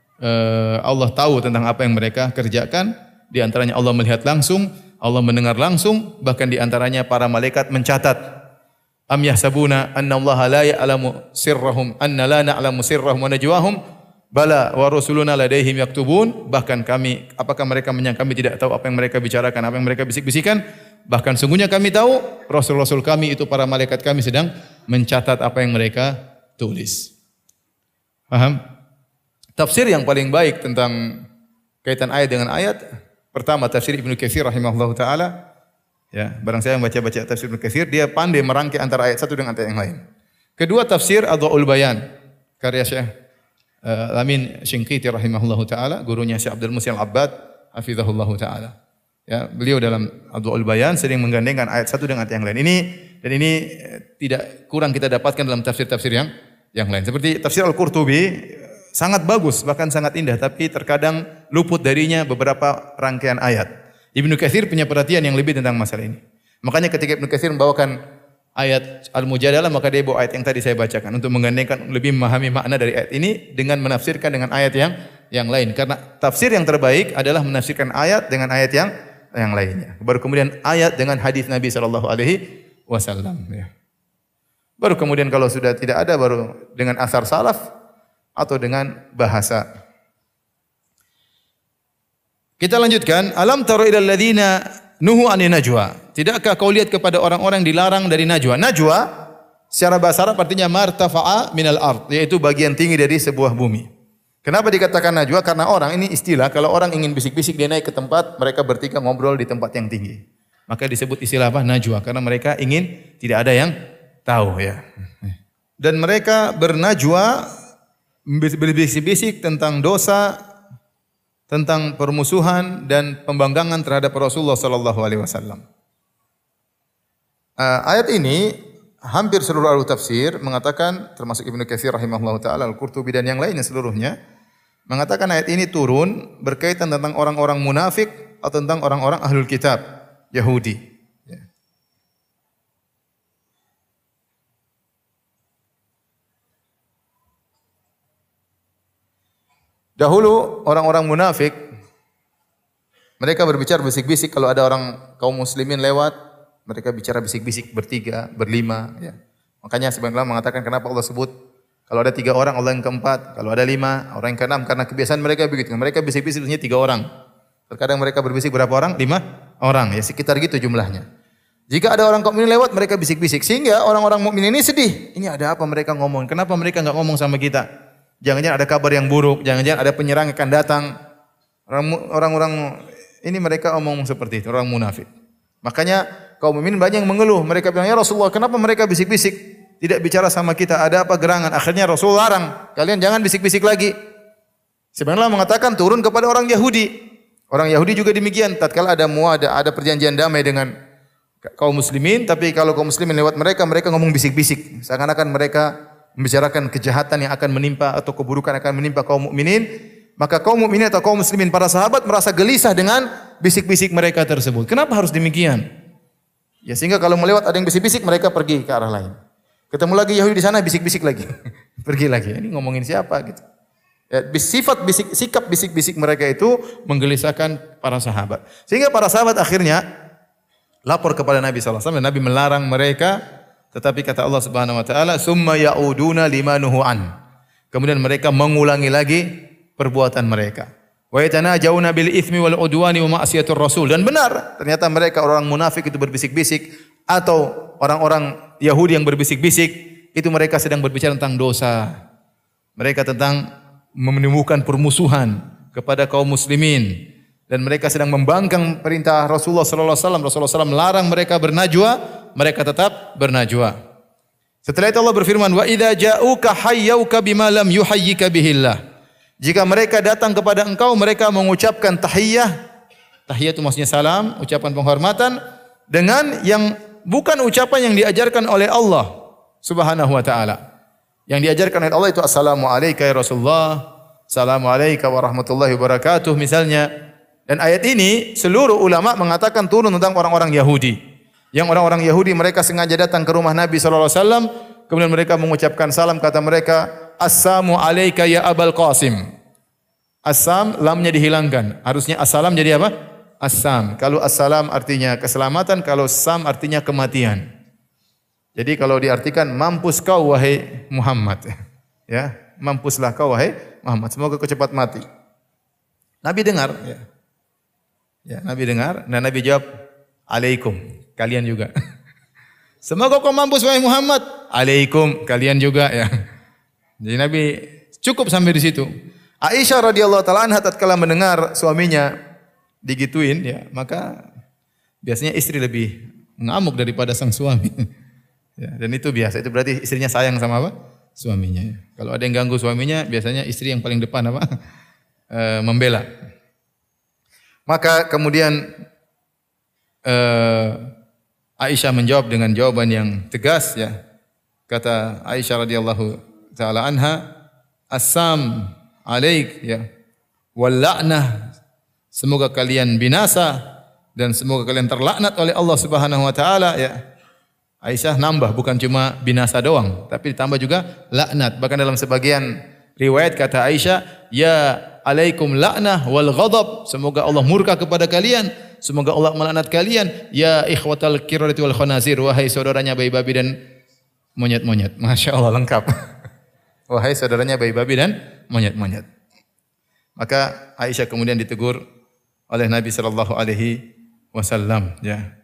Allah tahu tentang apa yang mereka kerjakan, di antaranya Allah melihat langsung, Allah mendengar langsung, bahkan di antaranya para malaikat mencatat. Am yahsabuna anna Allah la ya'lamu sirrahum anna la na'lamu sirrahum wa najwahum bala wa rusuluna ladaihim yaktubun. Bahkan kami, apakah mereka menyangka kami tidak tahu apa yang mereka bicarakan, apa yang mereka bisik-bisikan? Bahkan sungguhnya kami tahu, rasul-rasul kami itu para malaikat kami sedang mencatat apa yang mereka tulis. Paham? Tafsir yang paling baik tentang kaitan ayat dengan ayat, pertama tafsir Ibnu Katsir rahimahullahu taala. Ya, barang saya membaca-baca tafsir Ibnu Katsir, dia pandai merangkai antara ayat satu dengan ayat yang lain. Kedua tafsir Adwaul Bayan, karya Syekh Amin Syinqiti rahimahullahu taala, gurunya Syekh Abdul Muhsin Al-Abbad hafizahullahu taala. Ya, beliau dalam Adwaul Bayan sering menggandengkan ayat satu dengan ayat yang lain. Ini tidak kurang kita dapatkan dalam tafsir-tafsir yang lain. Seperti tafsir Al-Qurtubi sangat bagus, bahkan sangat indah, tapi terkadang luput darinya beberapa rangkaian ayat. Ibnu Katsir punya perhatian yang lebih tentang masalah ini. Makanya ketika Ibnu Katsir membawakan ayat Al-Mujadalah, maka dia bawa ayat yang tadi saya bacakan untuk menggandengkan, lebih memahami makna dari ayat ini dengan menafsirkan dengan ayat yang lain. Karena tafsir yang terbaik adalah menafsirkan ayat dengan ayat yang lainnya. Baru kemudian ayat dengan hadis Nabi sallallahu alaihi wasallam, ya. Baru kemudian kalau sudah tidak ada, baru dengan asar salaf atau dengan bahasa. Kita lanjutkan, alam tara ilal ladzina nuhu anin najwa. Tidakkah kau lihat kepada orang-orang dilarang dari najwa? Najwa secara bahasa Arab artinya martafa'a minal ard, yaitu bagian tinggi dari sebuah bumi. Kenapa dikatakan najwa? Karena orang ini istilah, kalau orang ingin bisik-bisik dia naik ke tempat, mereka bertiga ngobrol di tempat yang tinggi. Maka disebut istilah apa? Najwa, karena mereka ingin tidak ada yang tahu, ya. Dan mereka bernajwa, berbisik-bisik tentang dosa, tentang permusuhan dan pembanggangan terhadap Rasulullah sallallahu alaihi wasallam. Ayat ini hampir seluruh ahli tafsir mengatakan, termasuk Ibnu Katsir rahimahullahu taala, Al-Qurtubi dan yang lainnya seluruhnya mengatakan ayat ini turun berkaitan tentang orang-orang munafik atau tentang orang-orang ahlul kitab Yahudi. Dahulu orang-orang munafik mereka berbicara bisik-bisik, kalau ada orang kaum muslimin lewat, mereka bicara bisik-bisik bertiga, berlima, ya. Makanya sebagian ulama mengatakan kenapa Allah sebut kalau ada 3 orang Allah yang keempat, kalau ada 5 orang yang keenam, karena kebiasaan mereka begitu. Mereka bisik-bisik hanya 3 orang. Terkadang mereka berbisik berapa orang? 5 orang, ya sekitar gitu jumlahnya. Jika ada orang kaum mukmin lewat, mereka bisik-bisik sehingga orang-orang mukmin ini sedih. Ini ada apa mereka ngomong? Kenapa mereka enggak ngomong sama kita? Jangan-jangan ada kabar yang buruk, jangan-jangan ada penyerang akan datang. Orang-orang ini mereka omong seperti itu, orang munafik. Makanya kaum mukminin banyak yang mengeluh. Mereka bilang, "Ya Rasulullah, kenapa mereka bisik-bisik? Tidak bicara sama kita, ada apa gerangan?" Akhirnya Rasul larang, "Kalian jangan bisik-bisik lagi." Sebenarnya mengatakan turun kepada orang Yahudi. Orang Yahudi juga demikian. Tatkala ada perjanjian damai dengan kaum muslimin, tapi kalau kaum muslimin lewat mereka, mereka ngomong bisik-bisik. Seakan-akan mereka membicarakan kejahatan yang akan menimpa atau keburukan yang akan menimpa kaum mukminin. Maka kaum mukminin atau kaum muslimin, para sahabat merasa gelisah dengan bisik-bisik mereka tersebut. Kenapa harus demikian? Ya, sehingga kalau melewat ada yang bisik-bisik, mereka pergi ke arah lain. Ketemu lagi Yahudi di sana, bisik-bisik lagi. Pergi lagi. Ini ngomongin siapa gitu. Ya, sikap bisik-bisik mereka itu menggelisahkan para sahabat. Sehingga para sahabat akhirnya lapor kepada Nabi sallallahu alaihi wasallam, dan Nabi melarang mereka, tetapi kata Allah Subhanahu wa taala, "Tsumma ya'uduna lima nuhu an." Kemudian mereka mengulangi lagi perbuatan mereka. Wa yatanajawna bil itsmi wal udwani wa ma'siyatur rasul. Dan benar, ternyata mereka orang munafik itu berbisik-bisik, atau orang-orang Yahudi yang berbisik-bisik itu mereka sedang berbicara tentang dosa. Mereka tentang menemukan permusuhan kepada kaum muslimin, dan mereka sedang membangkang perintah Rasulullah sallallahu alaihi wasallam. Rasulullah SAW melarang mereka bernajwa, mereka tetap bernajwa. Setelah itu Allah berfirman, "Wa idza ja'uka hayyuka bima lam yuhayyika bihillah." Jika mereka datang kepada engkau, mereka mengucapkan tahiyyah. Tahiyyah itu maksudnya salam, ucapan penghormatan, dengan yang bukan ucapan yang diajarkan oleh Allah Subhanahu wa taala. Yang diajarkan oleh Allah itu assalamu alayka ya Rasulullah, assalamu alayka warahmatullahi wabarakatuh misalnya. Dan ayat ini seluruh ulama mengatakan turun tentang orang-orang Yahudi. Yang orang-orang Yahudi mereka sengaja datang ke rumah Nabi sallallahu alaihi wasallam, kemudian mereka mengucapkan salam, kata mereka, assalamu alayka ya Abul Qasim. Assam lamnya dihilangkan. Harusnya assalam jadi apa? Assam. Kalau assalam artinya keselamatan, kalau sam artinya kematian. Jadi kalau diartikan mampus kau wahai Muhammad. Ya, mampuslah kau wahai Muhammad. Semoga kau cepat mati. Nabi dengar, ya. Ya, Nabi dengar dan Nabi jawab, "Alaikum, kalian juga." Semoga kau mampus wahai Muhammad. Alaikum, kalian juga, ya. Jadi Nabi cukup sampai di situ. Aisyah radhiyallahu taala anha tatkala mendengar suaminya digituin, ya, maka biasanya istri lebih ngamuk daripada sang suami. Ya, dan itu biasa, itu berarti istrinya sayang sama apa? Suaminya. Kalau ada yang ganggu suaminya, biasanya istri yang paling depan apa? Membela. Maka kemudian Aisyah menjawab dengan jawaban yang tegas, ya. Kata Aisyah radhiyallahu taala anha, "Assam alaik ya wal la'nah." Semoga kalian binasa dan semoga kalian terlaknat oleh Allah Subhanahu wa taala, ya. Aisyah nambah, bukan cuma binasa doang, tapi ditambah juga laknat. Bahkan dalam sebagian riwayat kata Aisyah, "Ya alaikum la'nah wal ghadab." Semoga Allah murka kepada kalian, semoga Allah melaknat kalian. Ya ikhwatal kiradati wal khanazir, wahai saudaranya babi-babi dan monyet-monyet. Masya Allah, lengkap. Wahai saudaranya babi-babi dan monyet-monyet. Maka Aisyah kemudian ditegur oleh Nabi sallallahu alaihi wasallam, ya.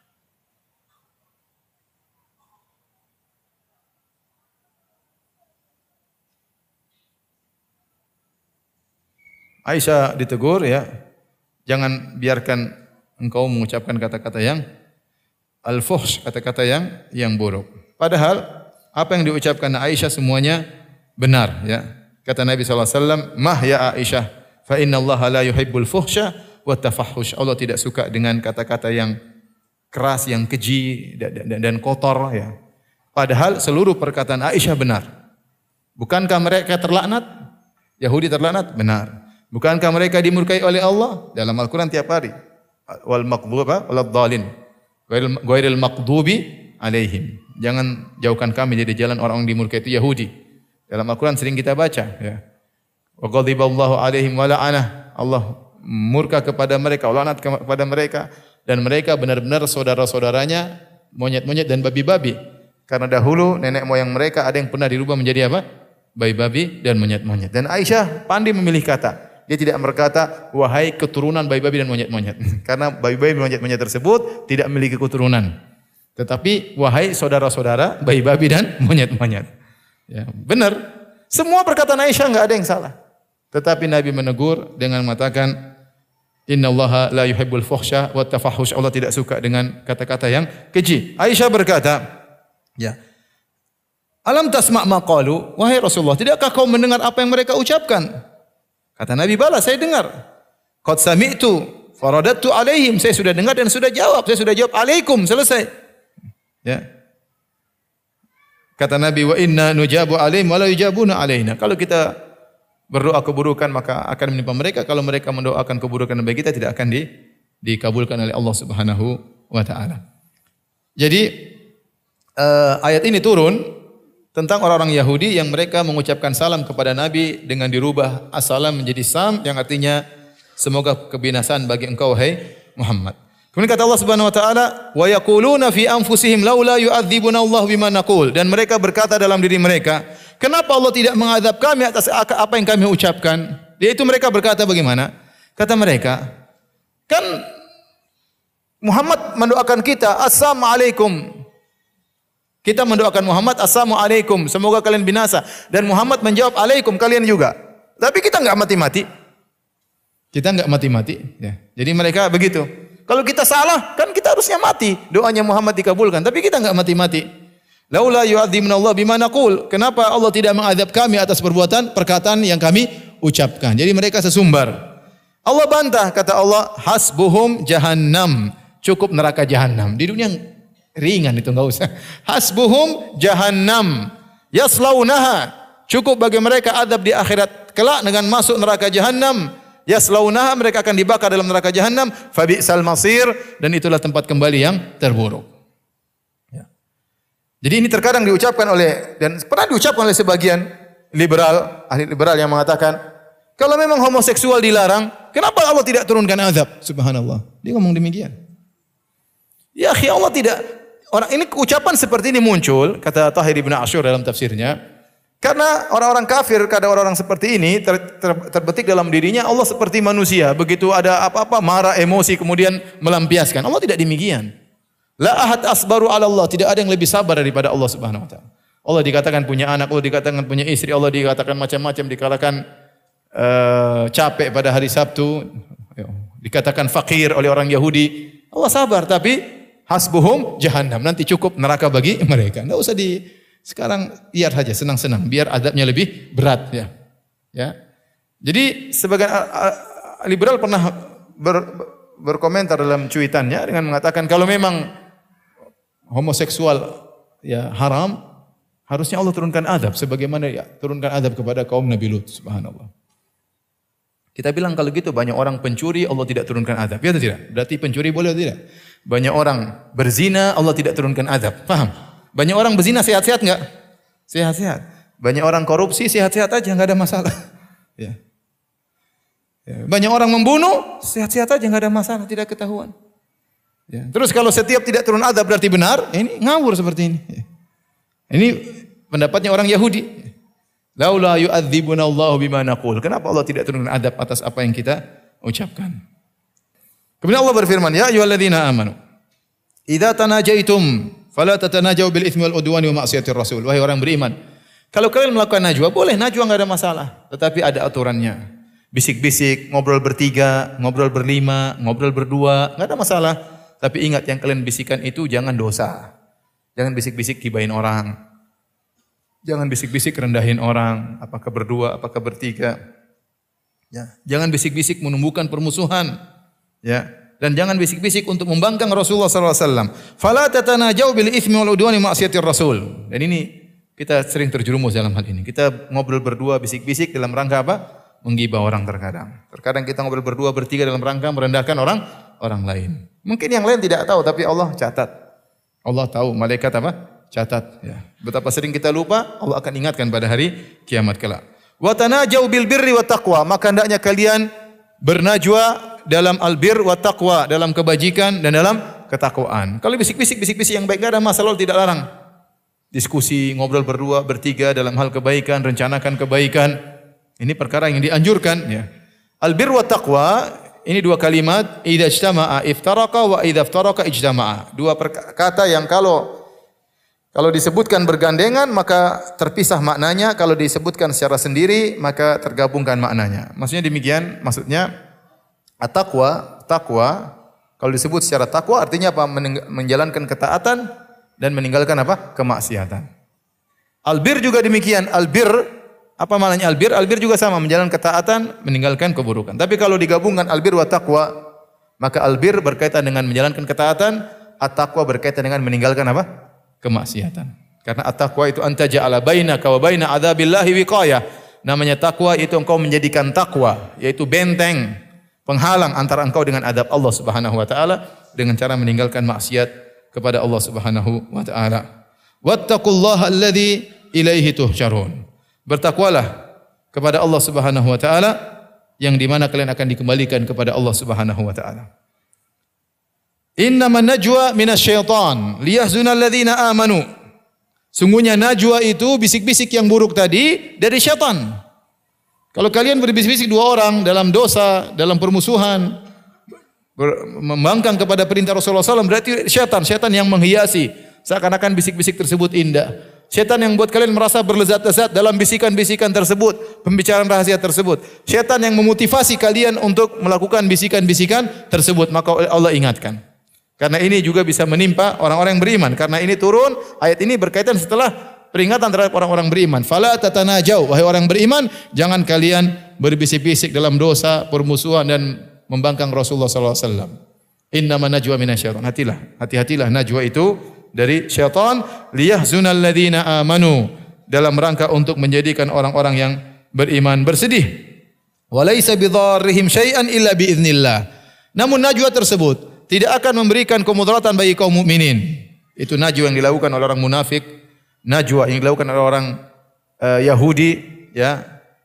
Aisyah ditegur, ya, jangan biarkan engkau mengucapkan kata-kata yang al-fuhsh, kata-kata yang buruk. Padahal apa yang diucapkan Aisyah semuanya benar, ya. Kata Nabi SAW, "Mah ya Aisyah, fa inna Allah la yuhibbul fuhsha wa tafahhush." Allah tidak suka dengan kata-kata yang keras, yang keji dan kotor, ya. Padahal seluruh perkataan Aisyah benar. Bukankah mereka terlaknat? Yahudi terlaknat? Benar. Bukankah mereka dimurkai oleh Allah? Dalam Al-Quran tiap hari. Wal maqdhuba wal dhalin. Ghairil maqdhubi alaihim. Jangan jauhkan kami dari jalan orang yang dimurkai itu Yahudi. Dalam Al-Quran sering kita baca, ya. Wa ghadiballahu alaihim wa la'anah. Allah murka kepada mereka, laknat kepada mereka, dan mereka benar-benar saudara-saudaranya monyet-monyet dan babi-babi. Karena dahulu nenek moyang mereka ada yang pernah dirubah menjadi apa? Babi-babi dan monyet-monyet. Dan Aisyah pandai memilih kata. Dia tidak berkata, wahai keturunan babi-babi dan monyet-monyet. Karena babi-babi dan monyet-monyet tersebut tidak memiliki keturunan. Tetapi, wahai saudara-saudara babi-babi dan monyet-monyet. Ya, benar. Semua perkataan Aisyah enggak ada yang salah. Tetapi Nabi menegur dengan mengatakan, "Innallaha la yuhibbul fuhsya wa tafahhush." Allah tidak suka dengan kata-kata yang keji. Aisyah berkata, ya, "Alam tasma' ma qalu?" Wahai Rasulullah, tidakkah kau mendengar apa yang mereka ucapkan? Kata Nabi, "Bala, saya dengar." Qad sami'tu faradattu alaihim. Saya sudah dengar dan sudah jawab. Saya sudah jawab alaikum, selesai. Ya. Kata Nabi, wa inna nujabu alaihim wa la yujabuna alaina. Kalau kita berdoa keburukan maka akan menimpa mereka. Kalau mereka mendoakan keburukan bagi kita tidak akan dikabulkan oleh Allah Subhanahu wa taala. Jadi ayat ini turun tentang orang-orang Yahudi yang mereka mengucapkan salam kepada Nabi dengan dirubah as-salam menjadi sam yang artinya semoga kebinasaan bagi engkau hai Muhammad. Kemudian kata Allah Subhanahu wa taala, wa yaquluna fi anfusihim laula yu'adzibuna Allah bima naqul, dan mereka berkata dalam diri mereka, kenapa Allah tidak mengadab kami atas apa yang kami ucapkan? Yaitu mereka berkata bagaimana? Kata mereka, kan Muhammad mendoakan kita, assalamualaikum. Kita mendoakan Muhammad, assalamualaikum, semoga kalian binasa. Dan Muhammad menjawab, alaikum, kalian juga. Tapi kita enggak mati-mati. Kita enggak mati-mati. Ya. Jadi mereka begitu. Kalau kita salah, kan kita harusnya mati. Doanya Muhammad dikabulkan. Tapi kita enggak mati-mati. Laula yu'adzibuna Allah bima naqul. Kenapa Allah tidak mengadab kami atas perkataan yang kami ucapkan? Jadi mereka sesumbar. Allah bantah, kata Allah, hasbuhum jahannam. Cukup neraka jahannam. Di dunia ringan itu, enggak usah. Hasbuhum jahannam. Yaslaunaha. Cukup bagi mereka adab di akhirat kelak dengan masuk neraka jahannam. Yaslaunaha, mereka akan dibakar dalam neraka jahannam. Fabi'sal masir, dan itulah tempat kembali yang terburuk. Ya. Jadi ini terkadang diucapkan dan pernah diucapkan oleh sebagian liberal, ahli liberal yang mengatakan, kalau memang homoseksual dilarang, kenapa Allah tidak turunkan azab? Subhanallah. Dia ngomong demikian. Ya akhi, Allah tidak. Orang ini ucapan seperti ini muncul, kata Tahir Ibn Ashur dalam tafsirnya, karena orang-orang kafir, kada orang-orang seperti ini terbetik dalam dirinya Allah seperti manusia. Begitu ada apa-apa marah, emosi, kemudian melampiaskan. Allah tidak demikian. La ahad asbaru ala Allah. Tidak ada yang lebih sabar daripada Allah Subhanahu wa taala. Allah dikatakan punya anak, Allah dikatakan punya istri, Allah dikatakan macam-macam, dikatakan capek pada hari Sabtu, dikatakan fakir oleh orang Yahudi. Allah sabar, tapi hasbuhum jahannam. Nanti cukup neraka bagi mereka. Tidak usah sekarang biar saja senang-senang, biar adabnya lebih berat ya. Ya. Jadi sebagian liberal pernah berkomentar dalam cuitannya dengan mengatakan kalau memang homoseksual ya haram, harusnya Allah turunkan azab sebagaimana ya turunkan azab kepada kaum Nabi Lut, subhanallah. Kita bilang kalau gitu banyak orang pencuri Allah tidak turunkan azab. Ya atau tidak? Berarti pencuri boleh atau tidak? Banyak orang berzina Allah tidak turunkan azab. Paham? Banyak orang berzina sehat-sehat enggak? Sehat-sehat. Banyak orang korupsi sehat-sehat aja, enggak ada masalah. Ya. Ya. Banyak orang membunuh sehat-sehat aja, enggak ada masalah, tidak ketahuan. Ya. Terus kalau setiap tidak turun azab berarti benar, ini ngawur seperti ini. Ya. Ini pendapatnya orang Yahudi. Laula yu'adzibuna Allah bima naqul. Kenapa Allah tidak turunkan azab atas apa yang kita ucapkan? Kemudian Allah berfirman, ya ayyuhalladzina amanu idza tanajaitum fala tatanajau bil itsmi wal udwani wa ma'siyatir rasul. Wahai orang beriman, kalau kalian melakukan najwa, boleh najwa enggak ada masalah, tetapi ada aturannya. Bisik-bisik, ngobrol bertiga, ngobrol berlima, ngobrol berdua, enggak ada masalah. Tapi ingat yang kalian bisikan itu jangan dosa. Jangan bisik-bisik gibahin orang. Jangan bisik-bisik rendahin orang, apakah berdua, apakah bertiga. Ya, jangan bisik-bisik menumbuhkan permusuhan. Ya. Dan jangan bisik-bisik untuk membangkang Rasulullah SAW. Fala tatanajau bil itsmi wal udwani ma'siyatir rasul. Dan ini kita sering terjerumus dalam hal ini. Kita ngobrol berdua bisik-bisik dalam rangka apa? Menggibah orang terkadang. Terkadang kita ngobrol berdua bertiga dalam rangka merendahkan orang lain. Mungkin yang lain tidak tahu tapi Allah catat. Allah tahu, malaikat apa? Catat. Ya. Betapa sering kita lupa, Allah akan ingatkan pada hari kiamat kelak. Wa tanajau bil birri wat taqwa. Maka hendaknya kalian bernajwa dalam albir wa taqwa, dalam kebajikan dan dalam ketakwaan. Kalau bisik-bisik yang baik enggak ada masalah, tidak larang. Diskusi, ngobrol berdua, bertiga dalam hal kebaikan, rencanakan kebaikan. Ini perkara yang dianjurkan ya. Albir wa taqwa, ini dua kalimat, idza ijtama'a iftaraqa wa idza iftaraqa ijtama'a. Dua kata yang kalau disebutkan bergandengan maka terpisah maknanya, kalau disebutkan secara sendiri maka tergabungkan maknanya. Maksudnya demikian, maksudnya at-taqwa, takwa, kalau disebut secara takwa artinya apa? Menjalankan ketaatan dan meninggalkan apa? Kemaksiatan. Albir juga demikian. Albir Apa maknanya albir? Albir juga sama, menjalankan ketaatan, meninggalkan keburukan. Tapi kalau digabungkan albir wa taqwa, maka albir berkaitan dengan menjalankan ketaatan, at-taqwa berkaitan dengan meninggalkan apa? Kemaksiatan. Karena at-taqwa itu anta ja'ala bainaka wa baina adzabillahi wiqayah. Namanya takwa itu engkau menjadikan takwa, yaitu benteng penghalang antara engkau dengan adab Allah Subhanahu wa taala dengan cara meninggalkan maksiat kepada Allah Subhanahu wa taala. Wattaqullaha alladzi ilaihi tuhsyarun. Bertakwalah kepada Allah Subhanahu wa taala yang di mana kalian akan dikembalikan kepada Allah Subhanahu wa taala. Innaman najwa minasyaitan liyahzuna alladhina amanu. Sungguhnya najwa itu bisik-bisik yang buruk tadi dari syaitan. Kalau kalian berbisik-bisik dua orang dalam dosa, dalam permusuhan, membangkang kepada perintah Rasulullah SAW, berarti syaitan yang menghiasi. Seakan-akan bisik-bisik tersebut indah. Syaitan yang buat kalian merasa berlezat-lezat dalam bisikan-bisikan tersebut, pembicaraan rahasia tersebut. Syaitan yang memotivasi kalian untuk melakukan bisikan-bisikan tersebut. Maka Allah ingatkan. Karena ini juga bisa menimpa orang-orang yang beriman. Karena ini turun, ayat ini berkaitan setelah peringatan terhadap orang-orang beriman. Fala tatanajau, wahai orang beriman, jangan kalian berbisik-bisik dalam dosa, permusuhan dan membangkang Rasulullah SAW. Innama najwa minasyaitan. Hati-hatilah najwa itu dari syaitan, liyahzunal ladzina amanu, dalam rangka untuk menjadikan orang-orang yang beriman bersedih. Walaysa bidarrihim syai'an illa biiznillah. Namun najwa tersebut tidak akan memberikan kemudaratan bagi kaum mukminin. Itu najwa yang dilakukan oleh orang munafik, najwa yang dilakukan oleh orang Yahudi, ya.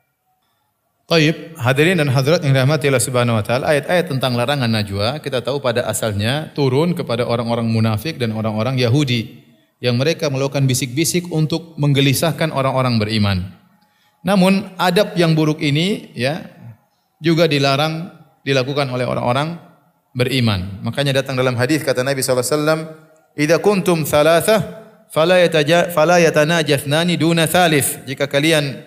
Taib, hadirin dan hadirat yang dirahmati Allah Subhanahu wa taala, ayat-ayat tentang larangan najwa kita tahu pada asalnya turun kepada orang-orang munafik dan orang-orang Yahudi yang mereka melakukan bisik-bisik untuk menggelisahkan orang-orang beriman. Namun adab yang buruk ini ya juga dilarang dilakukan oleh orang-orang beriman. Makanya datang dalam hadis kata Nabi sallallahu alaihi wasallam, "Idza kuntum thalathah fala yatanajathnani duna thalith." Jika kalian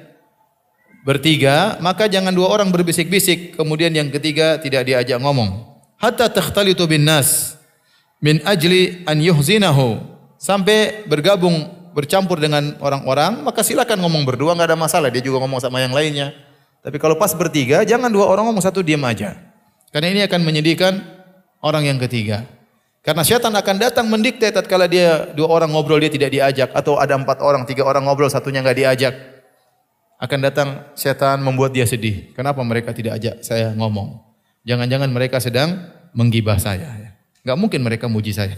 bertiga, maka jangan dua orang berbisik-bisik kemudian yang ketiga tidak diajak ngomong. Hatta takhtalitu bin nas min ajli an yuhzinahu. Sampai bercampur dengan orang-orang, maka silakan ngomong berdua, enggak ada masalah, dia juga ngomong sama yang lainnya. Tapi kalau pas bertiga, jangan dua orang ngomong, satu diam aja. Karena ini akan menyedihkan orang yang ketiga. Karena syaitan akan datang mendikte tatkala dia dua orang ngobrol dia tidak diajak, atau ada 4 orang, 3 orang ngobrol satunya enggak diajak. Akan datang syaitan membuat dia sedih. Kenapa mereka tidak ajak saya ngomong? Jangan-jangan mereka sedang menggibah saya. Enggak mungkin mereka muji saya.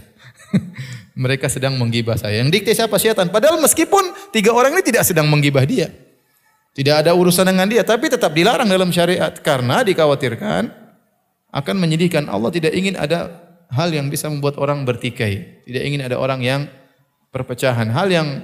Mereka sedang menggibah saya. Yang dikte siapa? Syaitan. Padahal meskipun 3 orang ini tidak sedang menggibah dia. Tidak ada urusan dengan dia, tapi tetap dilarang dalam syariat karena dikhawatirkan akan menyedihkan. Allah tidak ingin ada hal yang bisa membuat orang bertikai. Tidak ingin ada orang yang perpecahan. Hal yang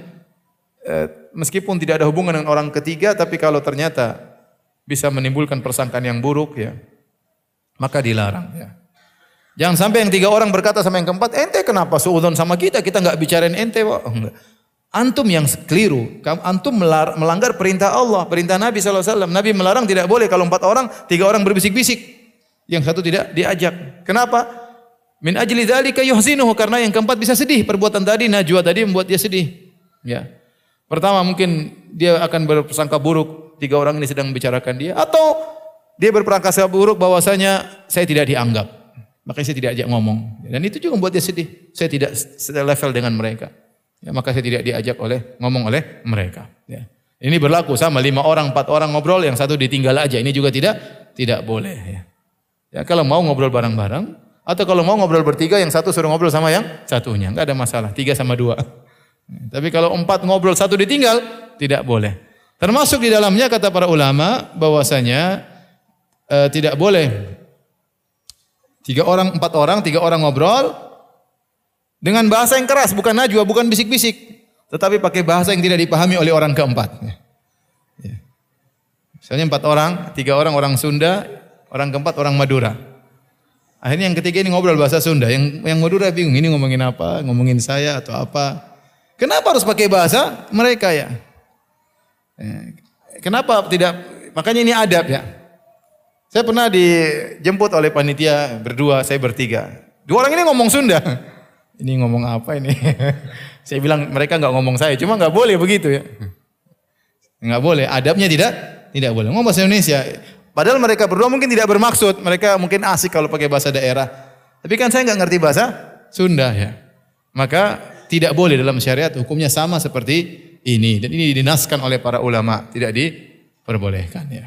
meskipun tidak ada hubungan dengan orang ketiga, tapi kalau ternyata bisa menimbulkan persangkaan yang buruk ya, maka dilarang ya. Jangan sampai yang 3 orang berkata sama yang keempat, ente kenapa suudzon sama kita? Kita enggak bicarain ente, Pak. Antum yang keliru. Antum melanggar perintah Allah, perintah Nabi SAW. Nabi melarang tidak boleh kalau 4 orang, 3 orang berbisik-bisik. Yang satu tidak diajak. Kenapa? Min ajli dzalika yuhzinuhu, karena yang keempat bisa sedih. Perbuatan tadi, najwa tadi membuat dia sedih. Ya. Pertama mungkin dia akan berprasangka buruk, 3 orang ini sedang membicarakan dia, atau dia berprasangka buruk bahwasanya saya tidak dianggap. Makanya saya tidak ajak ngomong. Dan itu juga membuat dia sedih. Saya tidak selevel dengan mereka. Ya, maka saya tidak diajak ngomong oleh mereka. Ya. Ini berlaku sama 5 orang, 4 orang ngobrol, yang satu ditinggal aja. Ini juga tidak boleh. Ya. Ya, kalau mau ngobrol bareng-bareng, atau kalau mau ngobrol bertiga, yang satu suruh ngobrol sama yang satunya. Enggak ada masalah. 3 sama 2. Tapi kalau 4 ngobrol, satu ditinggal, tidak boleh. Termasuk di dalamnya kata para ulama bahwasanya tidak boleh 3 orang, 4 orang, 3 orang ngobrol dengan bahasa yang keras, bukan najwa, bukan bisik-bisik, tetapi pakai bahasa yang tidak dipahami oleh orang keempat. Ya. Misalnya 4 orang, 3 orang orang Sunda, orang keempat orang Madura. Akhirnya yang ketiga ini ngobrol bahasa Sunda, yang Madura bingung, ini ngomongin apa, ngomongin saya atau apa. Kenapa harus pakai bahasa mereka ya? Kenapa tidak? Makanya ini adab ya. Saya pernah dijemput oleh panitia berdua, saya bertiga. 2 orang ini ngomong Sunda. Ini ngomong apa ini? Saya bilang mereka enggak ngomong saya, cuma enggak boleh begitu ya. Enggak boleh. Adabnya tidak boleh. Ngomong bahasa Indonesia. Padahal mereka berdua mungkin tidak bermaksud. Mereka mungkin asik kalau pakai bahasa daerah. Tapi kan saya enggak ngerti bahasa Sunda ya. Maka tidak boleh dalam syariat, hukumnya sama seperti ini. Dan ini dinaskan oleh para ulama. Tidak diperbolehkan ya.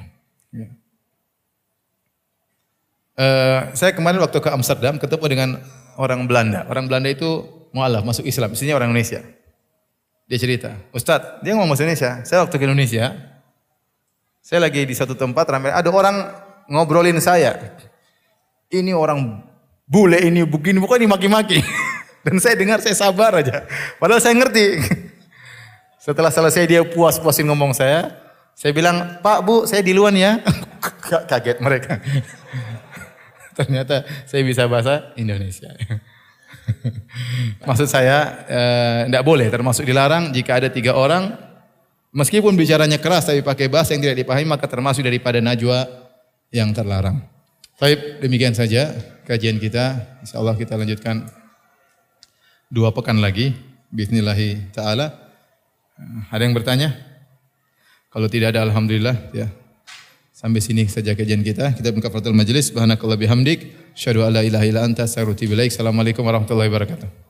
Saya kemarin waktu ke Amsterdam ketemu dengan orang Belanda. Orang Belanda itu mualaf, masuk Islam. Istrinya orang Indonesia. Dia cerita, Ustadz, dia ngomong bahasa Indonesia. Saya waktu ke Indonesia, saya lagi di satu tempat, ramai, ada orang ngobrolin saya. Ini orang bule, ini begini, bukan dimaki-maki. Dan saya dengar, saya sabar aja. Padahal saya ngerti. Setelah selesai dia puas-puasin ngomong saya bilang, Pak, Bu, saya duluan ya. Kaget mereka. Ternyata saya bisa bahasa Indonesia. Maksud saya, tidak boleh, termasuk dilarang jika ada 3 orang, meskipun bicaranya keras tapi pakai bahasa yang tidak dipahami, maka termasuk daripada najwa yang terlarang. Baik, demikian saja kajian kita. Insyaallah kita lanjutkan 2 pekan lagi. Bismillahirrahmanirrahim ta'ala. Ada yang bertanya? Kalau tidak ada, alhamdulillah ya. Sampai sini saja kajian kita. Kita buka kafaratul majlis. Subhanakallah bihamdik. Asyhadu an la ilaha illa anta astaghfiruka wa atubu ilaik. Assalamualaikum warahmatullahi wabarakatuh.